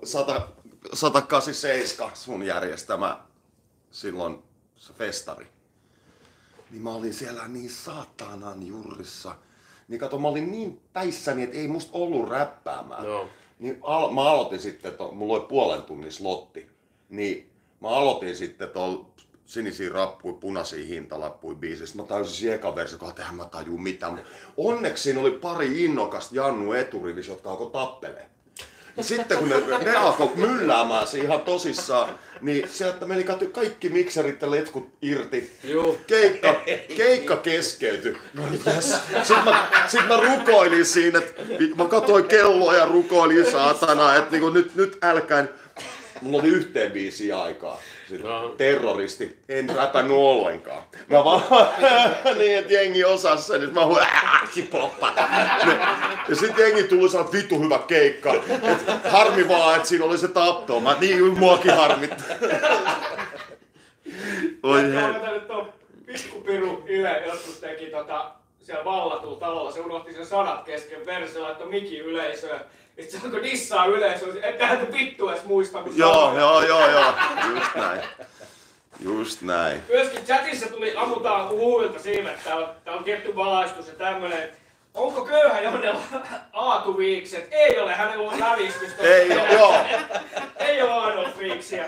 187 sun järjestämä silloin se festari. Niin mä olin siellä niin saatanan jurrissa. Niin kato, mä olin niin päissäni, että ei musta ollut räppäämään. No. Niin mä aloitin sitten, mulla oli puolen tunnin slotti. Niin mä aloitin sitten tuolla sinisiä rappuja, punaisia hintalappuja biisistä. Mä tajusin siihen eka versio, että eihän mä tajuu mitään. Onneksi siinä oli pari innokasta Jannu eturivissä, jotka alkoi tappeleen. Ja sitten kun ne alkoi mylläämään se ihan tosissaan, niin sieltä meni kaikki mikserit ja letkut irti. Keikka keskeytyi. Sitten mä rukoilin siinä, että mä katsoin kelloa ja rukoilin saatana, että niinku nyt älkää. Mulla oli yhteen biisiin aikaa. Terroristi. En räpännyt ollenkaan. Mä vaan niin, että jengi osasi sen, että mä poppa. Ja sit jengi tuli sanoa, vittu hyvä keikka. Et harmi vaan, että siinä oli se tapto. Niin muakin harmittaa. Oi hei. Pikkupiru Yle joskus teki siellä vallatulla talolla. Se unohti sen sanat kesken versio, laittoi mikin yleisöön. Sitten se alkoi dissaa yleisöön, ettehän te vittu edes muista. Joo. Just näin. Myöskin chatissa ammutaan huuilta siinä, että täällä on tietty valaistus ja tämmönen. Onko köyhä Jonnella aatuviikset? Ei ole, hänellä on lävistystä. Ei ole Adolf Viiksiä.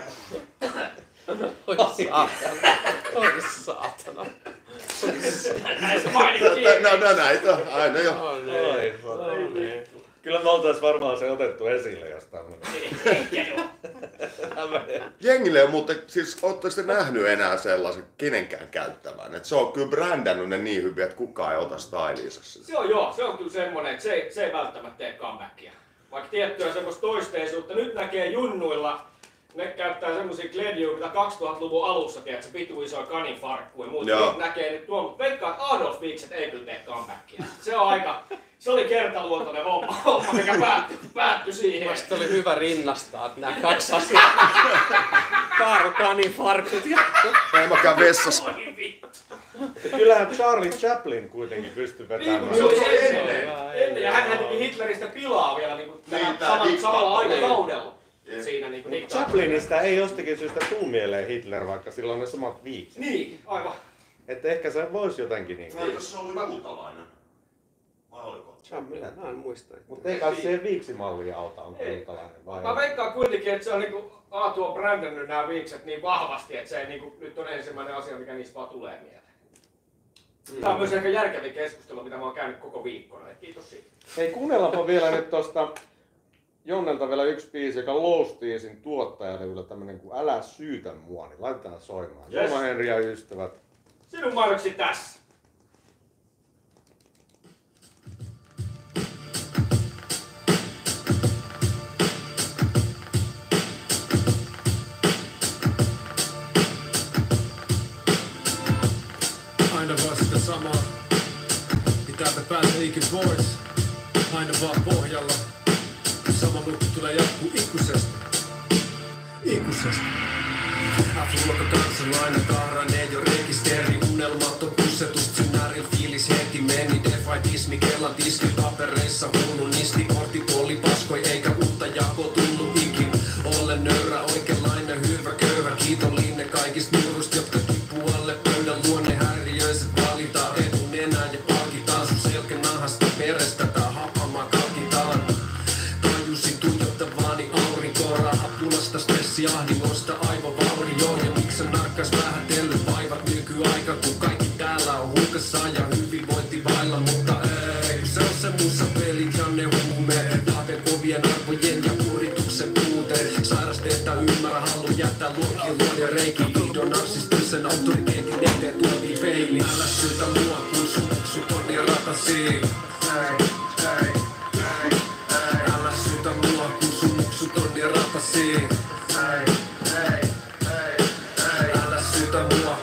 Oi saatana. Näistä mainittiin. Näitä, aina jo. Kyllä me oltais varmaan se otettu esille, jos tämmönen. Jengille on muuten, siis ootteko te nähnyt enää sellaisen kenenkään käyttävän? Et se on kyllä brändännyt ne niin hyvin, että kukaan ei ota styliinsa sitä. Se on kyllä semmonen, että se ei välttämättä tee comebackia. Vaikka tiettyä semmoista toisteisuutta. Nyt näkee junnuilla, ne käyttää semmosia kledjuja, mitä 2000-luvun alussa tiedät, se vitu isoja kaninfarkkuja ja muuta. Nyt näkee nyt tuon, mutta veikkaa, että Adolf Viikset ei kyllä tee comebackia. Se oli kertaluontoinen homma, mikä päättyi siihen. Mielestäni oli hyvä rinnastaa nämä kaksi asiaa. Kanin farkut ja... En mä käyn vessassa. Kyllähän Charlie Chaplin kuitenkin pystyi vetämään. Se oli ennen. Ja hän teki Hitleristä pilaa vielä samalla aikakaudella. Siinä Chaplinista ei jostakin syystä tuu mieleen Hitler, vaikka sillä on ne samat viikset. Niin, aivan. Että ehkä se voisi jotenkin niin. Eikö se oli ruutalainen? Vai oliko? Mä en muista. Mutta ei kai siihen viiksimallia auta, on ruutalainen vai? Mä veikkaan kuitenkin, että se on niinku Aatu on brändännyt nämä viikset niin vahvasti, että se ei niinku, nyt on ensimmäinen asia, mikä niistä vaan tulee mieleen. Tää on myös ehkä järkevin keskustelu, mitä mä oon käynyt koko viikkona. Kiitos siitä. Hei, kuunnellaanpa vielä nyt tosta Jonnelta vielä yksi biisi, joka Low Steezin tuottajalevyllä tämmönen kuin Älä syytä mua, niin laitetaan soimaan. Yes. Jorma Henri ja ystävät. Sinun mainoksi tässä. Aina vaan sitä samaa. Täältä pääsee ikin pois. Aina vaan pohjalla. Sama luku tulee jatkuu ikuisesti. F-luokka kansalainen, tahrainen jo rekisteri. Unelmat on pussetust, synääril fiilis heti meni. Defaitismi, kellan tiski, papereissa huunu nisti. Kortipolli paskoi eikä uutta jako tullu ikin. Olen nöyrä, oikeanlainen, hyvä, köyhä, kiitollinen kaikista murrusta, jotka tippuu alle pöydän luonne. Häiriöiset valitaan etunenään ja palkitaan sun selkänahasta perestä. Tää happamaa kalkitaan. Tajusin tuijottavaani aurinkoa, rahapulasta, stressiahdingosta, aivovaurio. Ja miksen narkkas vähätellyt vaivat nykyaika, kun kaikki täällä on hukassa ja hyvinvointi vailla. Mutta ei, kun se on se musa pelit ja ne huumeet. Tahven kovien arvojen ja kurituksen puute. Sairasteetta ymmärrä, halu jättää luokkiin luodia reikin. Vihdoin narsistisen autoriteetin eteen tuovii peiliin. Älä syytä mua, kun sut on niin ratasiin. Älä syytä mua, kun sun muksut on niin ratasiin. Älä syytä mua,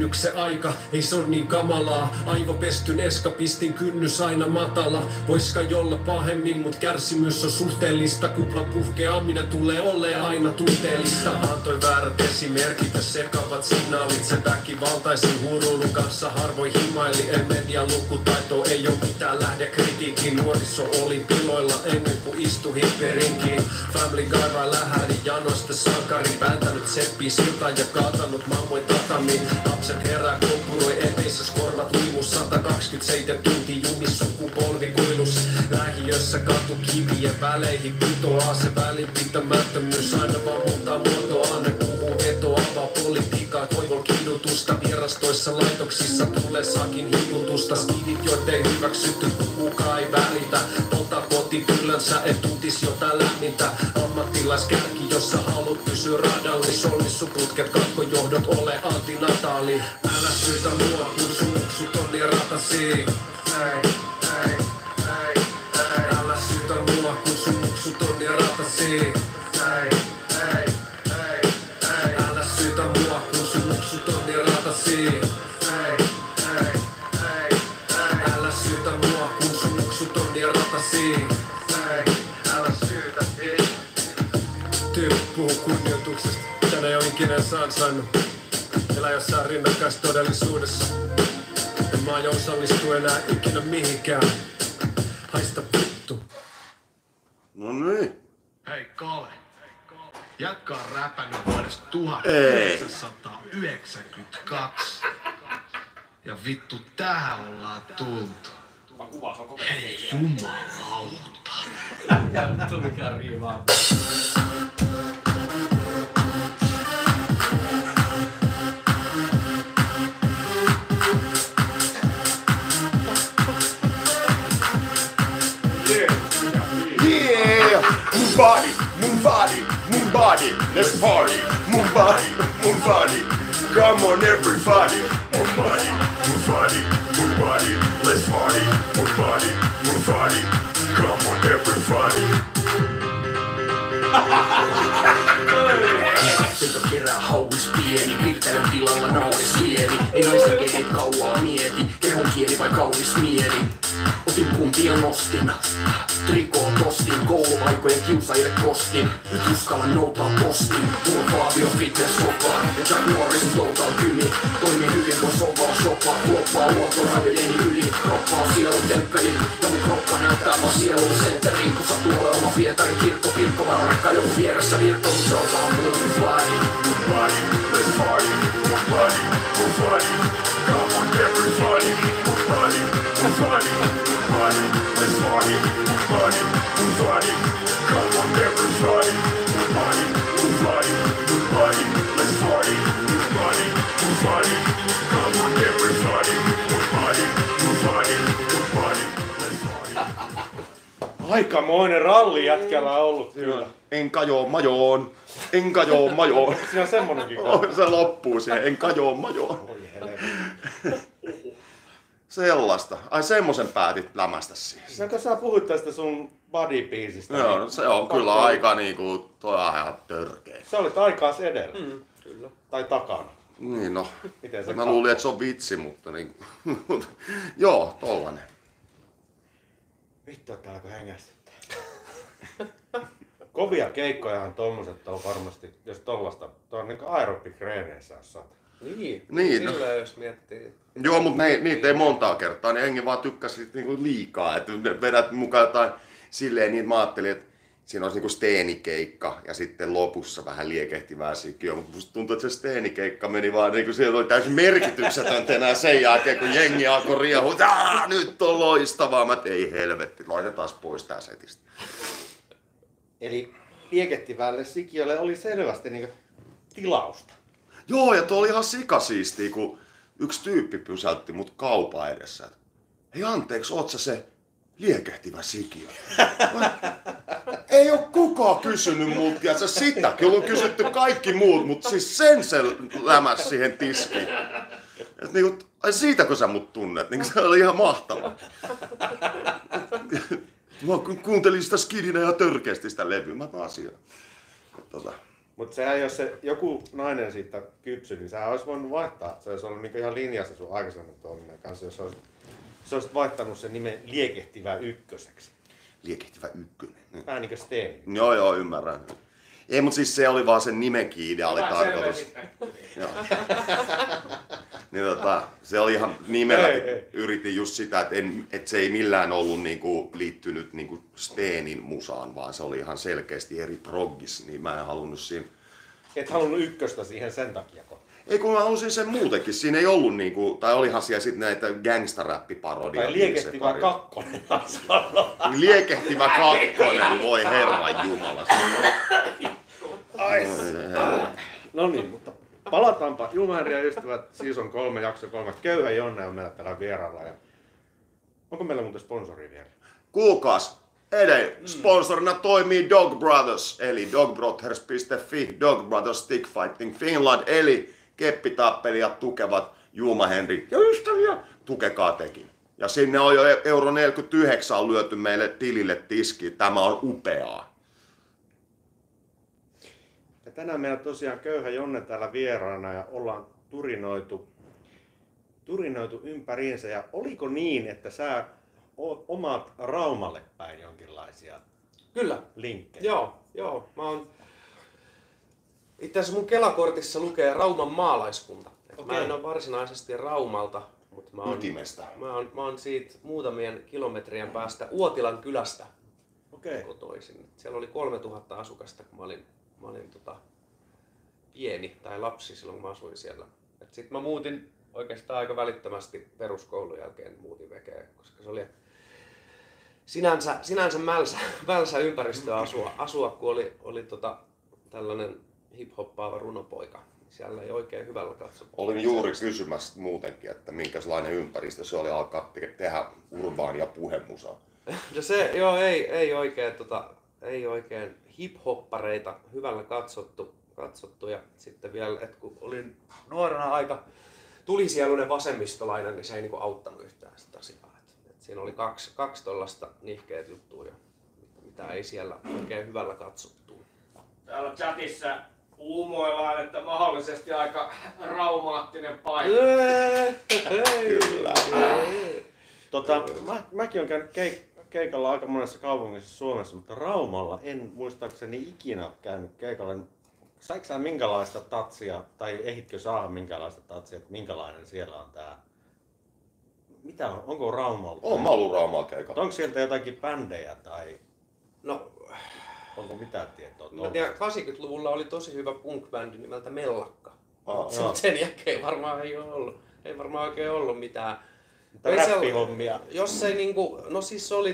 kynnyksen aika, ei se on niin kamalaa. Aivopestyn eskapistin kynnys aina matala. Voiska jolla pahemmin, mut kärsimys on suhteellista. Kuplan puhkeaminen tulee olleen aina tunteellista. Antoi väärät esimerkit ja sekavat signaalit. Sen väkivaltaisen huruilun kanssa harvoin himaili. En median lukutaito, ei oo mitään lähdekritiikkiin. Nuoriso oli piloilla ennen kuin istui hipperinkiin. Family Guy vai lähäri janoista sankari. Pääntänyt seppii siltaan ja kaatanut mammoin tatamiin. Lapset herää, kompuroi eteisessä korvat liimus. 127 tuntia jumis sukupolvikuilus. Lähiössä katukivien väleihin putoaa se välinpitämättömyys. Aina vaan muuttaa muotoa, ne puhuu vetoavaa politiikkaa. Toivon kidutusta vierastoissa laitoksissa tulee sakin hivutusta. Skidit joitei hyväksytty, kukaan ei välitä. Ota kotipyllänsä, et tuntis jotain lämmintä. Ammattilaiskärki, jossa haluat pysyä radalli. Solmissuputket, katkojohdot, ole antinataali. Älä syytä mua, kun sun muksut on niin ratasi. Älä syytä mua, kun sun muksut on niin ratasi. Älä syytä mua, kun sun muksut on niin ratasi. Älä syytä mua, kun sun muksut on niin ratasi. Älä syytä. Tyyppi puhuu kunnioituksesta, tänä ei oo ikinä ansainnut. Elää jossain rinnakkaistodellisuudessa. En mä aio osallistu enää ikinä mihinkään. Haista vittu. No niin. Hei Kale. Jätkä on räpännyt vuodesta 1992. Ja vittu tähän ollaan tultu. Hei jumalauta. Vittu mikä riivaa. Yeah! Move body, move body, move body, let's party. Move body, move body, come on everybody. Move body, move body, move body, let's party. Move body, move body, come on everybody. Joka kerää hauis pieni, virtelön tilalla nauris hieni. Ei naisen kehet kauaa mieti, kehon kieli vai kaunis mieli. Otin puntia nostin, trikoon tostin, kouluaikojen kiusaajille kostin. Nyt uskalla noutaa postin, mulla Fabio Fitness sopaa. Ja Jack Norris toutaa kymi, toimii hyvin kun sovaa shopaa. Kuoppaa luontoon rajojeni yli, kroppa on sielun temppeli. Ja mun kroppa näyttää vaan sielun sentteriin. Kun sattuu olemaan Pietarin kirkko, kirkkovara rakka joku vieressä virkko. Mut se on vaan move body, Move body, let's party. Move body, move body, come on everybody. Move body, move body, move body, let's party. Move body, move body, come on everybody. Move body, move body, move body, let's party. Move body, move body, come on everybody. Move body, move body, move body, let's party. Aikamoinen ralli jätkällä on ollut kyllä. En kajoo majoon, en kajoo majoon. Siinä on semmonenkin Se loppuu siihen, en kajoo majoon. Oi helvetti. Sellaista. Ai semmosen päätit lämästä siihen. Säkö sä puhuit tästä sun body-biisistä? Joo, no se on kyllä aika niinku, toi on ihan törkeä. Sä olit aikaas edellä. Kyllä. Tai takana. Niin no, Miten se mä luulin, että se on vitsi, mutta niin, joo, tollanen. Vittu, että alkoi hengästyttää. Kovia keikkojahan tommoset on varmasti, jos tollasta, tuo on niinku aerobic-reeneissä jos saat. Niin, Niin, no. sillä jos miettii. Joo, mutta niitä ei montaa kertaa, niin hengi vaan tykkäsi niinku liikaa, että ne vedät mukaan jotain silleen, niin mä ajattelin, että siinä olisi niinku steenikeikka ja sitten lopussa vähän liekehtivää sikiöä, mutta musta tuntuu, että se steenikeikka meni vaan niinku, siellä oli täysin merkityksetöntä enää sen jälkeen, kun jengi alkoi riehua, nyt on loistavaa, mä ei helvetti, laitetaan pois tää setistä. Eli liekehtivälle sikiölle oli selvästi niinku tilausta. Joo, ja tuo oli ihan sikasiistiä, kun yksi tyyppi pysäytti mut kaupan edessä. Hei anteeksi, oot sä se liekehtivä sikiö? Ei oo kukaan kysynyt multa, ja sitä, kyllä on kysytty kaikki muut, mutta siis sen se lämäs siihen tiskiin. Et niinku, ai siitäkö sä mut tunnet? Niinku se oli ihan mahtavaa. Mä kuuntelin sitä skidinä ja törkeästi sitä levyä, mä taas siellä. Mutta sehän, jos se joku nainen siitä kypsy, niin sehän olisi voinut vaihtaa. Se olisi ollut niinku ihan linjassa sun aikaisemmin toiminnan kanssa, jos olisit vaihtanut sen nimen Liekehtivä ykköseksi. Liekehtivä ykkönen. Vähän niin kuin Sten. Joo, ymmärrän. Ei, mutta siis se oli vaan sen nimenkin ideaali tarkoitus. Niin se oli ihan nimelläkin. Yritin just sitä, että se ei millään ollut niinku liittynyt niinku Stenin musaan, vaan se oli ihan selkeästi eri proggis, niin mä en halunnut siinä. Et halunnut ykköstä siihen sen takia. Ei, kun mä halusin sen muutenkin. Siinä ei ollut niinku, tai olihan siellä sitten näitä gangsta-räppiparodia. Tai Liekehtivä kakkonen. Liekehtivä kakkonen, voi herran jumala. No niin, mutta palataanpa Jumaherria ystävät, season 3, jakso 3. Köyhä Jonne on meillä täällä vieraalla. Ja onko meillä muuten sponsori vielä? Kuulkaas, sponsorina toimii Dog Brothers, eli dogbrothers.fi, Dog Brothers Stick Fighting Finland, eli keppitappelijat tukevat Jumahenri ja ystäviä, tukekaa tekin. Ja sinne on jo euro 49 lyöty meille tilille tiskiin, tämä on upeaa. Ja tänään meillä tosiaan Köyhä Jonne täällä vieraana ja ollaan turinoitu ympäriinsä. Ja oliko niin, että sä omaat Raumalle päin jonkinlaisia Kyllä. linkkejä? Joo. Itse asiassa mun Kelakortissa lukee Rauman maalaiskunta. Mä en ole varsinaisesti Raumalta, mutta mä oon siitä muutamien kilometrien päästä Uotilan kylästä kotoisin. Siellä oli 3000 asukasta, kun mä olin pieni tai lapsi silloin, kun mä asuin siellä. Sitten mä muutin oikeastaan aika välittömästi peruskoulun jälkeen muutin vekeen, koska se oli sinänsä mälsä ympäristö asua kun oli tällainen hip-hoppaava runopoika. Siellä ei oikein hyvällä katsottu. Olin juuri kysymässä muutenkin, että minkälainen ympäristö se oli alkaa tehdä urbaania puhemusaa. No ei oikein hip-hoppareita hyvällä katsottu ja sitten vielä, että kun olin nuorena aika tulisieluinen vasemmistolainen, niin se ei niinku auttanut yhtään sitä asiaa. Et siinä oli kaksi tollaista nihkeet juttua, mitä ei siellä oikein hyvällä katsottu. Täällä chatissa uumoillaan, että mahdollisesti aika raumaattinen paikka. Kyllä. Mäkin olen käynyt keikalla aika monessa kaupungissa Suomessa, mutta Raumalla en muistaakseni ikinä ole käynyt keikalla. Saiko sä minkälaista tatsia, tai ehditkö saada minkälaista tatsia, että minkälainen siellä on tää? Mitä on? Onko Raumalla? Oon mä ollut Raumalla keikalla. Onko sieltä jotakin bändejä tai No, onko mitään tietoa? mä tiedän, 80-luvulla oli tosi hyvä punk-bändi nimeltä Mellakka. Joo. Sen jälkeen varmaan ei varmaan oikein ollut mitään. Räppihommia. Jos ei niinku, no siis oli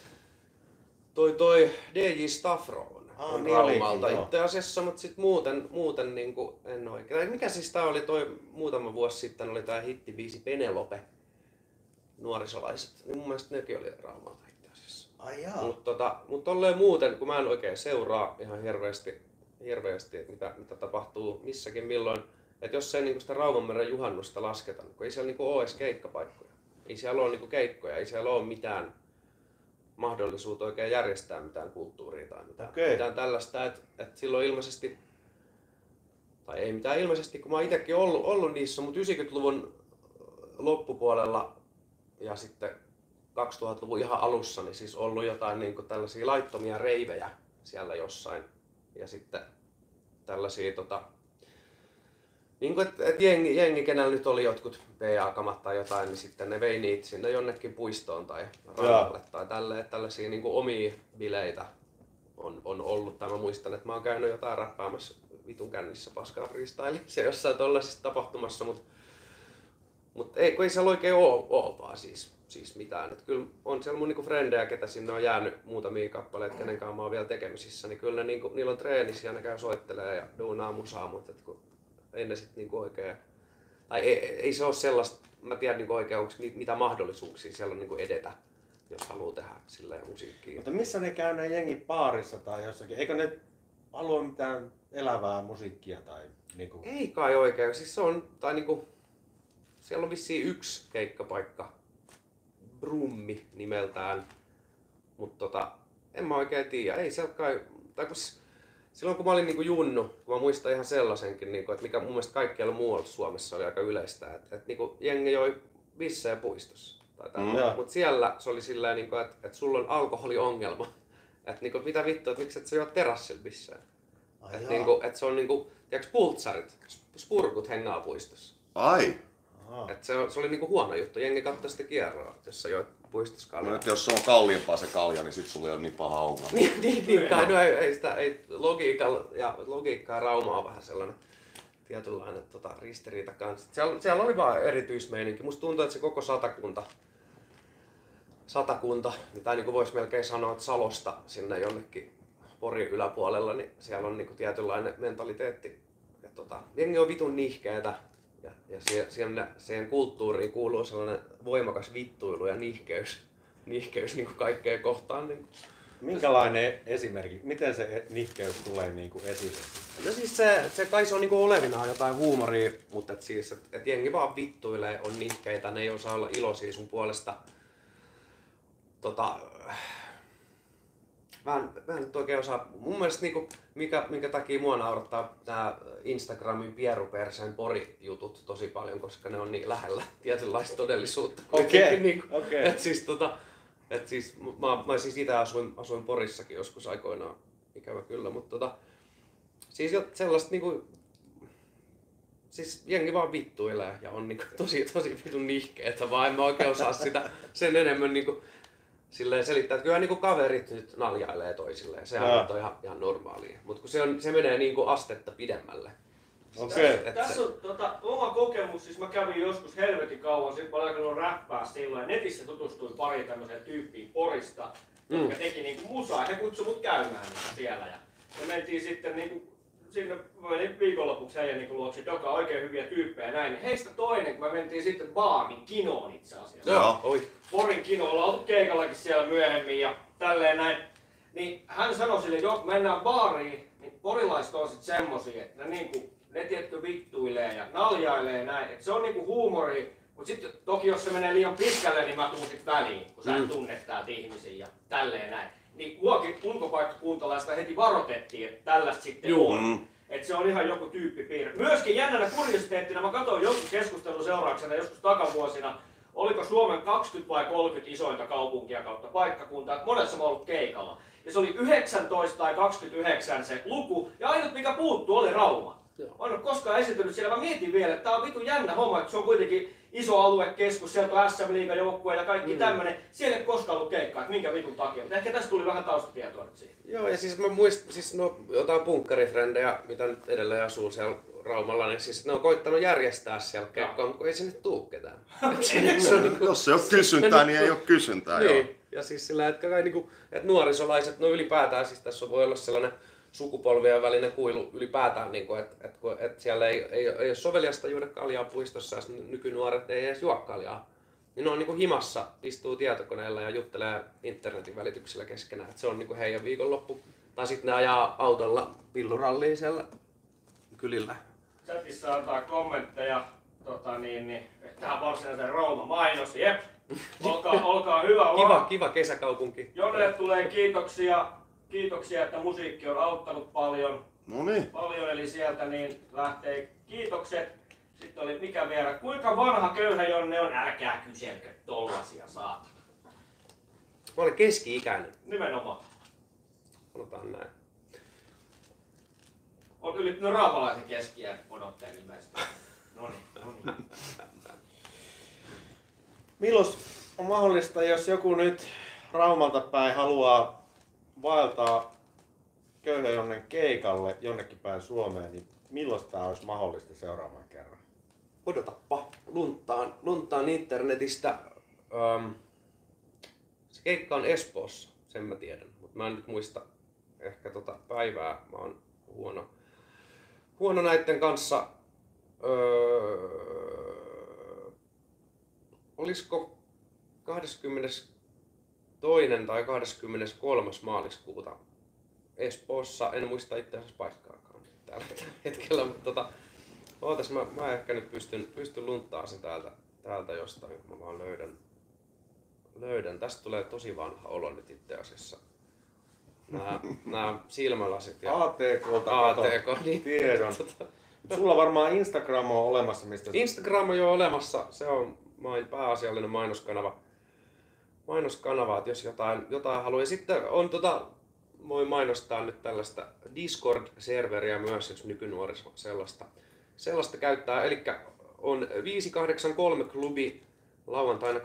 toi DJ Staffro on Raumalta itse asiassa, mutta sit muuten niinku en oikein. Mikä siis tää oli toi muutama vuosi sitten oli tää hittibiisi Penelope, nuorisolaiset, niin mun mielestä nekin oli Raumalta itse asiassa. Ai jaa. Mutta tolleen muuten, kun mä en oikein seuraa ihan hirveästi että mitä tapahtuu missäkin milloin, että jos ei niinku sitä Raumanmeren juhannusta lasketa, kun ei siellä niinku ole edes keikkapaikkoja. Ei siellä ole niinku keikkoja, ei siellä ole mitään mahdollisuutta oikein järjestää mitään kulttuuria tai mitään tällaista, että silloin ilmeisesti, tai ei mitään ilmeisesti, kun mä oon itsekin ollut niissä, mutta 90-luvun loppupuolella ja sitten 2000-luvun ihan alussa, niin siis ollut jotain niinku tällaisia laittomia reivejä siellä jossain ja sitten tällaisia niin kuin, että jengi, kenellä nyt oli jotkut PA-kamat tai jotain, niin sitten ne vei niitä sinne jonnekin puistoon tai rannalle tai tällaisia niin kuin omia bileitä on ollut. Tai mä muistan, että mä oon käynyt jotain räppäämässä vitun kännissä paskaa freestylissä jossain tollaisessa tapahtumassa, mutta ei siellä oikein oo vaan siis mitään. Et kyllä on siellä mun niinku frendejä, ketä sinne on jäänyt muutamia kappaleita, kenen kanssa mä oon vielä tekemisissä, niin kyllä ne, niillä on treenissä ja ne käy soittelee ja duunaa musaa, mutta ei ne sit niinku oikein, tai ei se ole sellaista, mä tiedän niinku oikein, onko mitä mahdollisuuksia siellä on niinku edetä, jos haluaa tehdä silleen musiikkia. Mutta missä ne käy ne jengit baarissa tai jossakin? Eikö ne halua mitään elävää musiikkia tai niinku? Ei kai oikein, siis se on, tai niinku, siellä on vissiin yksi keikkapaikka, Brummi nimeltään, mutta en mä oikein tiedä, ei siellä kai, tai kun silloin kun mä olin niinku junnu, kun mä muistan ihan sellaisenkin, niinku, että mikä mun mielestä kaikkialla muualla Suomessa oli aika yleistä, että niinku jengi joi bissejä puistossa. Mutta siellä se oli silleen, niinku, että sulla on alkoholiongelma. Että niinku, mitä vittua, että miksi et sä juot terassilla bissejä? Että niinku, et se on niinku, tiiäks pultsarit, spurkut hengaa puistossa. Ai! Et se oli niinku huono juttu, jengi katsoi sitä kierroa, jos sä joit puistossa kaljaa. No, jos se on kalliimpaa se kalja, niin sit sulla ei ole niin paha ongelma. niin kai, no ei logiikka ja rauma on vähän sellainen tietynlainen ristiriita kanssa. Siellä oli vaan erityismeininki. Musta tuntuu, että se koko satakunta, tai niin kuin voisi melkein sanoa, että Salosta sinne jonnekin Porin yläpuolella, niin siellä on niin kuin tietynlainen mentaliteetti. Jengi on vitun nihkeetä ja siihen kulttuuriin kuuluu sellainen voimakas vittuilu ja nihkeys niin kuin kaikkeen kohtaan. Niin. Minkälainen esimerkki? Miten se nihkeys tulee niin kuin esille? No siis se kai se on niinku olevinaan jotain huumoria, mutta et jengi vaan vittuilee, on nihkeitä, ne ei osaa olla iloisia sun puolesta. Mä en nyt oikein osaa. Mun mielestä niinku, minkä takia mua naurattaa tää Instagramin pieruperseen Pori-jutut tosi paljon, koska ne on niin lähellä tietynlaista todellisuutta. Okei. Niinku, et siis mä siis itse asuin Porissakin joskus aikoinaan, ikävä kyllä, mutta siis sellaista niinku, siis jengi vaan vittuilee ja on niinku tosi vitun nihkeetä, vaan en mä oikein osaa sitä sen enemmän niinku silleen selittää, että kyllä niinku kaverit nyt naljailee toisilleen, sehän on ihan normaalia, mutta kun se menee niinku astetta pidemmälle. Okei. Tässä on oma kokemus, siis mä kävin joskus helvetin kauan, sit mä olin alkanut räppää silloin, netissä tutustuin pari tämmöiseen tyyppiin Porista, jotka teki niinku musaa, he kutsui mut käymään siellä ja me mentiin sitten niinku sinne, mä menin viikonlopuksi heidän niinku luokse, joka on oikein hyviä tyyppejä ja näin, niin heistä toinen, kun me mentiin sitten baarin kinoon itse asiassa. Joo, Porin kino, ollaan oltu keikallakin siellä myöhemmin ja tälleen näin, niin hän sanoi sille, että kun mennään baariin, niin porilaiset on sit semmosia, että ne tiedätkö vittuilee ja naljailee näin, että se on niinku huumori, mutta sitten toki jos se menee liian pitkälle, niin mä tuun sit väliin, kun sä et tunne täältä ihmisiä ja tälleen näin. Niin muakin ulkopaikkakuntalaista heti varoitettiin, että tällaista sitten on. Että se on ihan joku tyyppipiirre. Myöskin jännänä kuriositeettina, mä katsoin jonkun keskustelun seurauksena joskus takavuosina, oliko Suomen 20 vai 30 isointa kaupunkia kautta paikkakuntaa, monessa mä oon ollut keikalla. Ja se oli 19 tai 29 se luku, ja ainut mikä puuttuu oli Rauma. Mä en ole koskaan esiintynyt siellä, mä mietin vielä, että tää on vitun jännä homma, että se on kuitenkin iso aluekeskus, sieltä on SM-liigan joukkue ja kaikki tämmönen. Siellä ei koskaan ollut keikkaa, että minkä vitun takia, mutta ehkä tästä tuli vähän taustatietoa nyt siihen. Joo, ja siis mä muistan, jotain punkkarifrendejä, mitä nyt edelleen asuu siellä Raumalla, niin siis ne on koittanut järjestää siellä keikkaa, mutta ei sinne tuu ketään. Jos ei ole kysyntää, niin ei ole kysyntää. Niin, joo. ja siis sillä, että nuorisolaiset, no ylipäätään, siis tässä voi olla sellainen sukupolvien välinen kuilu ylipäätään, niin että siellä ei ole soveliasta juoda kaljaa puistossa, ja nykynuoret ei edes juo kaljaa. Niin ne on niin himassa, istuu tietokoneella ja juttelee internetin välityksellä keskenään, että se on niin heidän viikonloppu. Tai sitten ne ajaa autolla pilluralliin siellä kylillä. Chatissa antaa kommentteja, tähän varsinaisen Rauma-mainos, jep. Olkaa hyvä. Kiva kesäkaupunki. Jonnelle tulee kiitoksia, että musiikki on auttanut paljon. No niin. Paljon, eli sieltä niin lähtee kiitokset. Sitten oli mikä vielä, kuinka vanha köyhä Jonne on, älkää kyselkö tollasia saatana. Mä olen keski-ikäinen. Nimenomaan. Sanotaan näin. On ylittynyt raapalaisen keskiään odotteen ilmeisesti. Noniin. Milloin on mahdollista, jos joku nyt Raumalta päin haluaa vaeltaa Köyhän Jonnen keikalle jonnekin päin Suomeen, niin milloin tämä olisi mahdollista seuraavan kerran? Odotappa, lunttaan internetistä. Se keikka on Espoossa, sen mä tiedän, mutta mä en nyt muista ehkä päivää. Mä oon huono näitten kanssa. Olisiko 22. tai 23. maaliskuuta Espoossa, en muista itse asiassa paikkaakaan tällä hetkellä, mutta ootas, mä ehkä nyt pystyn lunttaamaan sen täältä jostain, kun mä vaan löydän. Tästä tulee tosi vanha olo nyt itse asiassa. Nämä silmälasit ja ATK, niin. tiedon. Sulla varmaan Instagram on olemassa, mistä... Instagram on jo olemassa, se on pääasiallinen mainoskanava, että jos jotain haluaa. Ja sitten on voi mainostaa nyt tällaista Discord-serveriä myös, jos nykynuoriso sellaista käyttää. Eli on 583 klubi lauantaina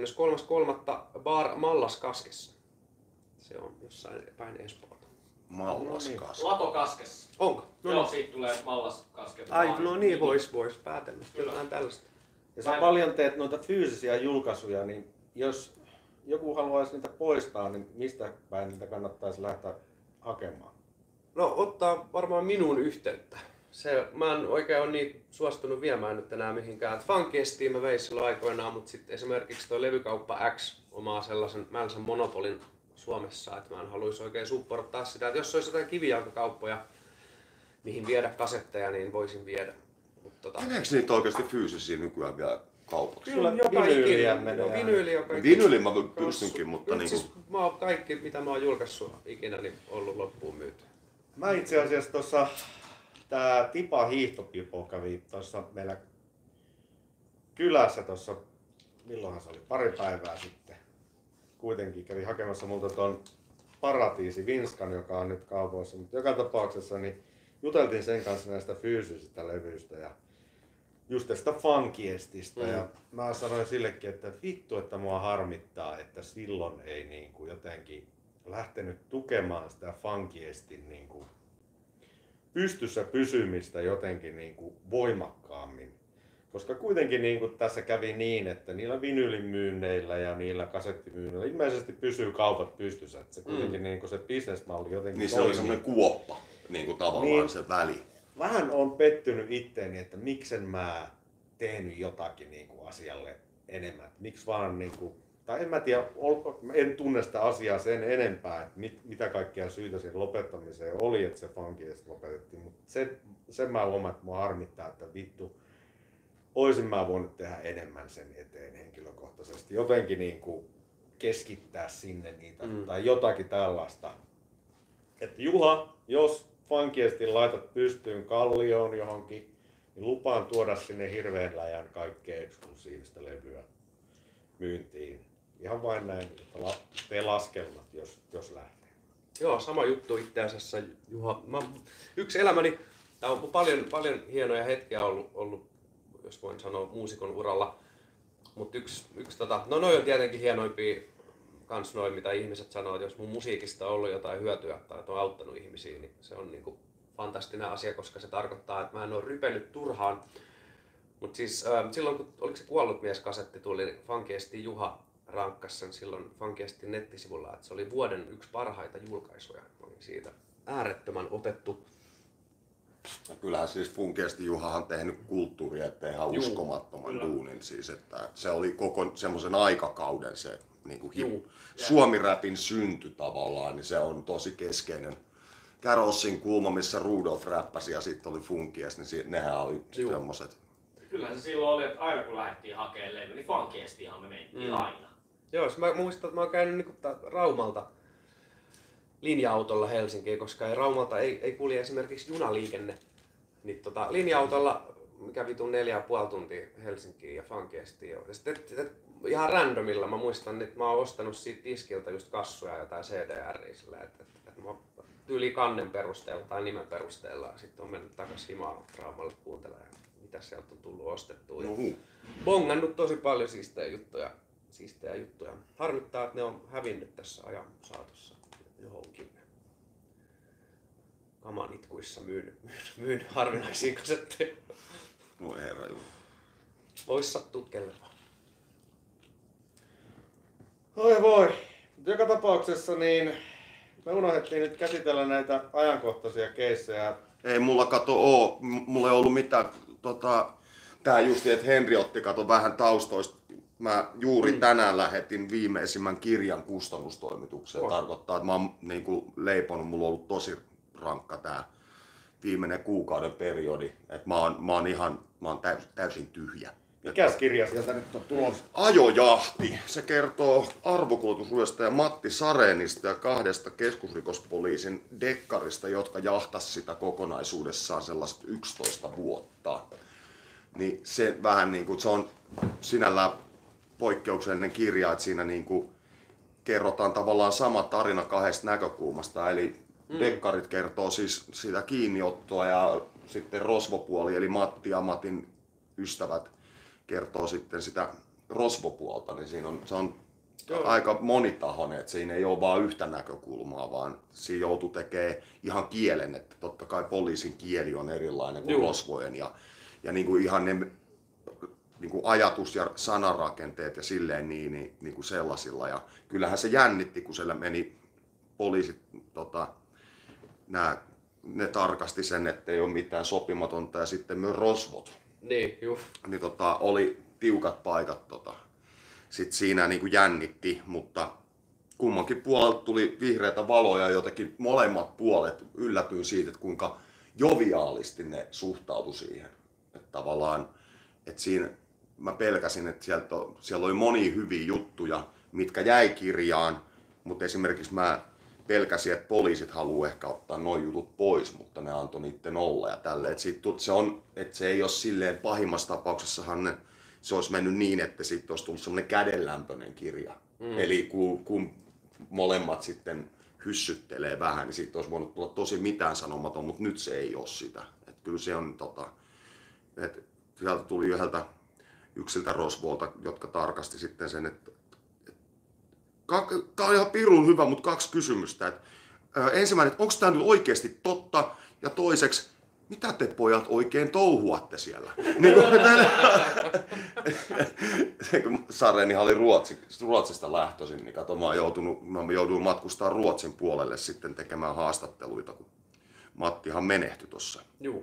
23.3. Bar Mallaskaskessa. Se on jossain päin Espoota. Mallaskaske. Latokaskessa. Onko? Joo, siitä tulee Mallaskaske. Ai, no niin, vois päätellä. Jotain tällaista. Ja sä paljon teet noita fyysisiä julkaisuja, niin jos joku haluaisi niitä poistaa, niin mistä päin niitä kannattaisi lähteä hakemaan? No ottaa varmaan minun yhteyttä. Mä en oikein ole niin suostunut viemään nyt enää mihinkään. Funkiestiin mä vein silloin aikoinaan, mutta sitten esimerkiksi tuo Levykauppa X omaa sellaisen mälsän monopolin Suomessa, että mä en haluaisi oikein supporttaa sitä. Että jos olisi jotain kivijalkakauppoja, mihin viedä kasetteja, niin voisin viedä. Meneekö niitä oikeasti fyysisiä nykyään vielä kaupaksi? Kyllä vinyyli joka Vinyyli mä pystynkin, mutta niinku... Siis mä oon kaikki, mitä mä oon julkaissut ikinä, niin ollut loppuun myyty. Mä itse asiassa tuossa tää Tipa Hiihtopipo kävi tuossa meillä kylässä tuossa, milloinhan se oli, pari päivää sitten. Kuitenkin kävi hakemassa multa ton Paratiisi Vinskan, joka on nyt kaupoissa, mutta joka tapauksessa niin juteltiin sen kanssa näistä fyysisistä levyistä ja just tästä funkiestistä ja mä sanoin sillekin, että vittu, että mua harmittaa, että silloin ei niinku jotenkin lähtenyt tukemaan sitä funkiestin niinku pystyssä pysymistä jotenkin niinku voimakkaammin. Koska kuitenkin niinku tässä kävi niin, että niillä vinylimyynneillä ja niillä kasettimyynneillä ilmeisesti pysyy kaupat pystyssä. Että se kuitenkin niinku se bisnesmalli jotenkin niin se oli semmoinen kuoppa, niinku tavallaan niin, se väli. Vähän on pettynyt itteeni, että miksen mä tehnyt jotakin niinku asialle enemmän. Miksi vaan niinku, tai en mä tiedä, en tunne sitä asiaa sen enempää, että mitä kaikkea syytä siihen lopettamiseen oli, että se funkiesti lopetettiin. Mutta sen mä huomaan, että mua harmittaa, että vittu, oisin mä voinut tehdä enemmän sen eteen henkilökohtaisesti. Jotenkin niinku keskittää sinne niitä tai jotakin tällaista. Että Juha, jos funkiesti laitat pystyyn Kallioon johonkin, niin lupaan tuoda sinne hirveän läjän kaikkea eksklusiivista levyä myyntiin. Ihan vain näin, että tee laskelmat, jos lähtee. Joo, sama juttu itse asiassa, Juha. Yksi elämäni, tää on paljon hienoja hetkiä ollut, jos voin sanoa, muusikon uralla. Mutta no noi on tietenkin hienoimpia kans noin, mitä ihmiset sanoo, että jos mun musiikista on ollut jotain hyötyä tai on auttanut ihmisiä, niin se on niinku fantastinen asia, koska se tarkoittaa, että mä en ole rypennyt turhaan. Mutta siis silloin, kun oliko se Kuollut mies -kasetti tuli, niin Funkiesti Juha rankkas sen silloin Funkiestin nettisivulla, että se oli vuoden yksi parhaita julkaisuja. Mä olin siitä äärettömän otettu. Ja kyllähän siis Funkiesti Juhahan tehnyt kulttuuria, että ihan uskomattoman duunin. Siis, että se oli koko semmoisen aikakauden se niinku Suomi-räpin synty tavallaan, niin se on tosi keskeinen. Carolsin kulma, missä Rudolf räppäsi ja sitten oli Funkiest, niin nehän oli semmoset. Kyllähän se silloin oli, että aina kun lähdettiin hakemaan levy, niin Funkiestiinhan me mentiin aina. Joo, mä muistan, että mä oon käynyt niinku Raumalta linja-autolla Helsinkiin, koska Raumalta ei kulje esimerkiksi junaliikenne. Niin linja-autolla kävi tuon 4,5 tuntia Helsinkiin ja Funkiestiin. Ja sitten ihan randomilla mä muistan, että mä oon ostanut siitä diskiltä just kassuja ja jotain CDR sillä, että mä tyyli kannen perusteella tai nimen perusteella ja sitten on mennyt takas himaan Raumalle kuuntelemaan, mitä sieltä on tullut ostettua. Bongannut tosi paljon siistejä juttuja. Harmittaa, että ne on hävinnyt tässä ajan saatossa johonkin. Kaman itkuissa myynyt harvinaisia kasetteja. Voi herra jumala. Vois sattua kelle vaan. Voi. Joka tapauksessa niin me unohdettiin nyt käsitellä näitä ajankohtaisia keissejä. Ei mulla mulla ei ollut mitään tää just, että Henri otti vähän taustoista. Mä juuri tänään lähetin viimeisimmän kirjan kustannustoimitukseen. Tarkoittaa, että mä oon niinku leiponut, mulla on ollut tosi rankka tää viimeinen kuukauden periodi. Et mä oon täysin tyhjä. Mikäs kirja sieltä nyt on tulossa? Ajojahti. Se kertoo arvokulutusryöstäjä Matti Sarenista ja 2 keskusrikospoliisin dekkarista, jotka jahtasivat sitä kokonaisuudessaan sellaiset 11 vuotta. Niin se vähän niin kuin, se on sinällään poikkeuksellinen kirja, että siinä niin kuin kerrotaan tavallaan sama tarina 2 näkökulmasta. Eli dekkarit kertoo siis sitä kiinniottoa ja sitten rosvopuoli, eli Matti ja Matin ystävät kertoo sitten sitä rosvopuolta, niin se on aika monitahoinen, että siinä ei ole vain yhtä näkökulmaa, vaan siinä joutuu tekemään ihan kielen, että totta kai poliisin kieli on erilainen kuin rosvojen ja niin kuin ihan ne niin kuin ajatus- ja sanarakenteet ja silleen niin kuin sellaisilla. Ja kyllähän se jännitti, kun siellä meni poliisit, ne tarkasti sen, että ei ole mitään sopimatonta ja sitten myös rosvot. Niin, juu. Niin oli tiukat paikat. Sitten siinä niin kuin jännitti, mutta kummankin puolelta tuli vihreitä valoja, jotenkin molemmat puolet yllätyin siitä, että kuinka joviaalisti ne suhtautui siihen. Että tavallaan, että siinä mä pelkäsin, että siellä oli monia hyviä juttuja, mitkä jäi kirjaan, mutta esimerkiksi mä pelkäsin, että poliisit haluaa ehkä ottaa nuo jutut pois, mutta ne antoi niiden olla ja tälleen. Että se ei ole silleen, pahimmassa tapauksessahan se olisi mennyt niin, että siitä olisi tullut semmoinen kädenlämpöinen kirja. Eli kun molemmat sitten hyssyttelee vähän, niin siitä olisi voinut tulla tosi mitään sanomaton, mutta nyt se ei ole sitä. Että kyllä se on, että sieltä tuli yksiltä rosvoilta, jotka tarkasti sitten sen, että tämä on ihan pirun hyvä, mutta 2 kysymystä. Ensimmäinen, että onko tämä nyt oikeasti totta? Ja toiseksi, mitä te pojat oikein touhuatte siellä? Kun Sarenihan oli Ruotsista lähtöisin, niin kato, mä jouduin matkustamaan Ruotsin puolelle sitten tekemään haastatteluita, kun Mattihan menehtyi tuossa.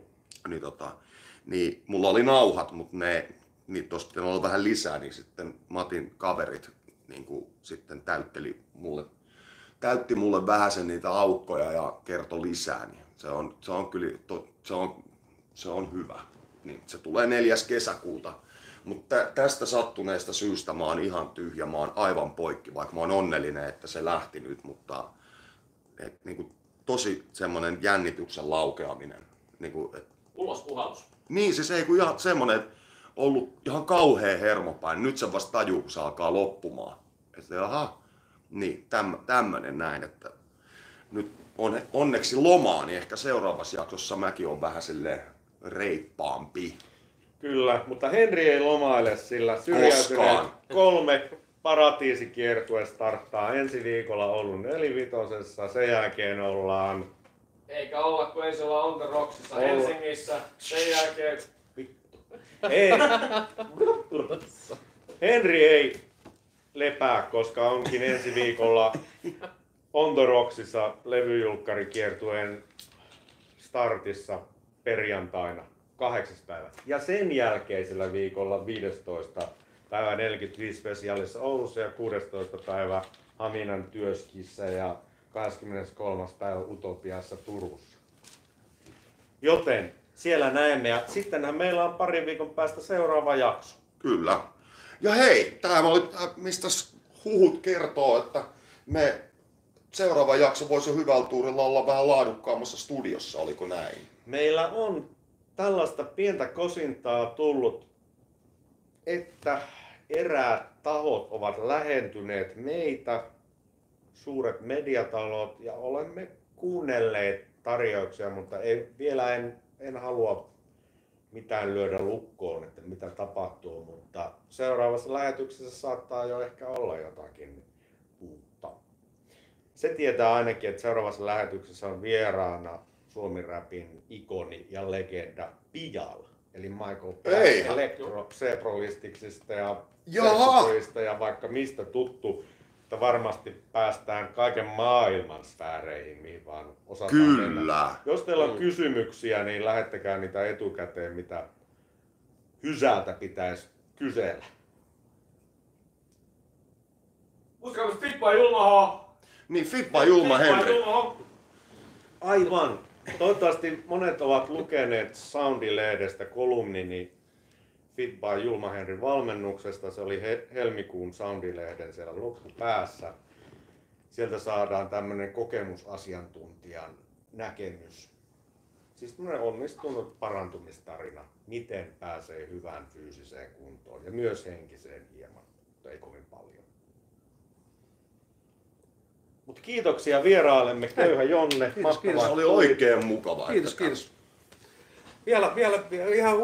Niin mulla oli nauhat, mutta niitä olisi pitänyt olla vähän lisää, niin sitten Matin kaverit niin kuin sitten täytti mulle vähäsen niitä aukkoja ja kertoi lisää. Niin se on kyllä se on hyvä. Niin, se tulee 4. kesäkuuta. Mutta tästä sattuneesta syystä mä oon ihan tyhjä, mä oon aivan poikki, vaikka mä oon onnellinen, että se lähti nyt, mutta niin kuin, tosi semmoinen jännityksen laukeaminen. Niin kuin, Ulospuhallus. Niin, siis ei kun ihan semmoinen, että ollut ihan kauhea hermopäin. Nyt se vasta tajuu, kun se alkaa loppumaan. Että jaha, niin tämmönen näin, että nyt onneksi lomaa, niin ehkä seuraavassa jaksossa mäkin on vähän silleen reippaampi. Kyllä, mutta Henri ei lomaile, sillä syrjäytyneet 3 paratiisikiertue starttaa ensi viikolla Oulun 45. Sen jälkeen ollaan... Eikä olla, kun ensin ollaan On The Rocksissa Helsingissä. Sen jälkeen... Ei. Henri ei lepää, koska onkin ensi viikolla On The Rocksissa levyjulkkarikiertueen startissa perjantaina 8. päivä. Ja sen jälkeisellä viikolla 15. päivä 45 spesiaalissa Oulussa ja 16. päivä Haminan Työskissä ja 23. päivä Utopiassa Turussa. Joten siellä näemme ja sittenhän meillä on parin viikon päästä seuraava jakso. Kyllä. Ja hei, tämä oli, mistä huhut kertoo, että seuraava jakso voisi jo hyvällä tuurilla olla vähän laadukkaammassa studiossa, oliko näin? Meillä on tällaista pientä kosintaa tullut, että eräät tahot ovat lähentyneet meitä, suuret mediatalot, ja olemme kuunnelleet tarjouksia, mutta en halua mitään lyödä lukkoon, että mitä tapahtuu, mutta seuraavassa lähetyksessä saattaa jo ehkä olla jotakin uutta. Se tietää ainakin, että seuraavassa lähetyksessä on vieraana Suomi-rapin ikoni ja legenda Pijal, eli Michael Black Seprolistiksista ja Sexopolista ja vaikka mistä tuttu, että varmasti päästään kaiken maailman sfääreihin, mihin vaan osataan mennä. Jos teillä on kysymyksiä, niin lähettäkää niitä etukäteen, mitä Hysältä pitäisi kysellä. Uskomus Fippa Julmaho! Niin, Fippa Julma Henri. Aivan. Toivottavasti monet ovat lukeneet Soundi-lehdestä kolumnini Fit by Julma Henry valmennuksesta. Se oli helmikuun Soundilehden siellä loppupäässä. Sieltä saadaan tämmöinen kokemusasiantuntijan näkemys. Siis tämmöinen onnistunut parantumistarina, miten pääsee hyvään fyysiseen kuntoon ja myös henkiseen hieman, mutta ei kovin paljon. Mutta kiitoksia vieraallemme, Köyhä Jonne. Kiitos. Se oli oikein mukavaa. Kiitos. Vielä ihan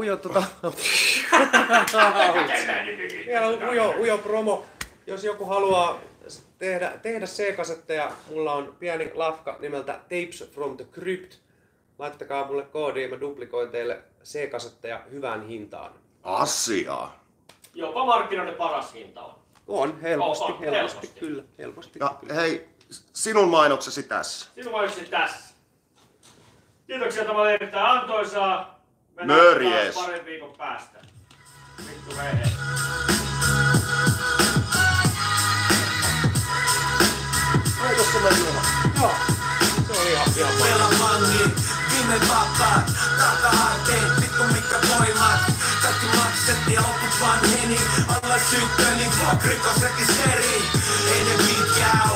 vielä ujo promo. Jos joku haluaa tehdä C-kasetteja, mulla on pieni lafka nimeltä Tapes from the Crypt. Laittakaa mulle koodi, mä duplikoin teille C-kasetteja hyvään hintaan. Asiaa. Jopa markkinoiden paras hinta on. On, helposti, kyllä. Ja hei, sinun mainoksesi tässä. Sinun mainoksesi tässä. Kiitoksia, tämä oli erittäin antoisaa. Mörjes. Parin viikon päästä. Vittu rehe. Ai tossa meni ilma. Joo, se oli ihan Pelamangi, viime vapaat, takaharteet, vittu mikä voimat. Kaikki maksettiin ja loput vanheni, alla syyttöön, niin fuck rikosrekisteri. Ei ne mitkään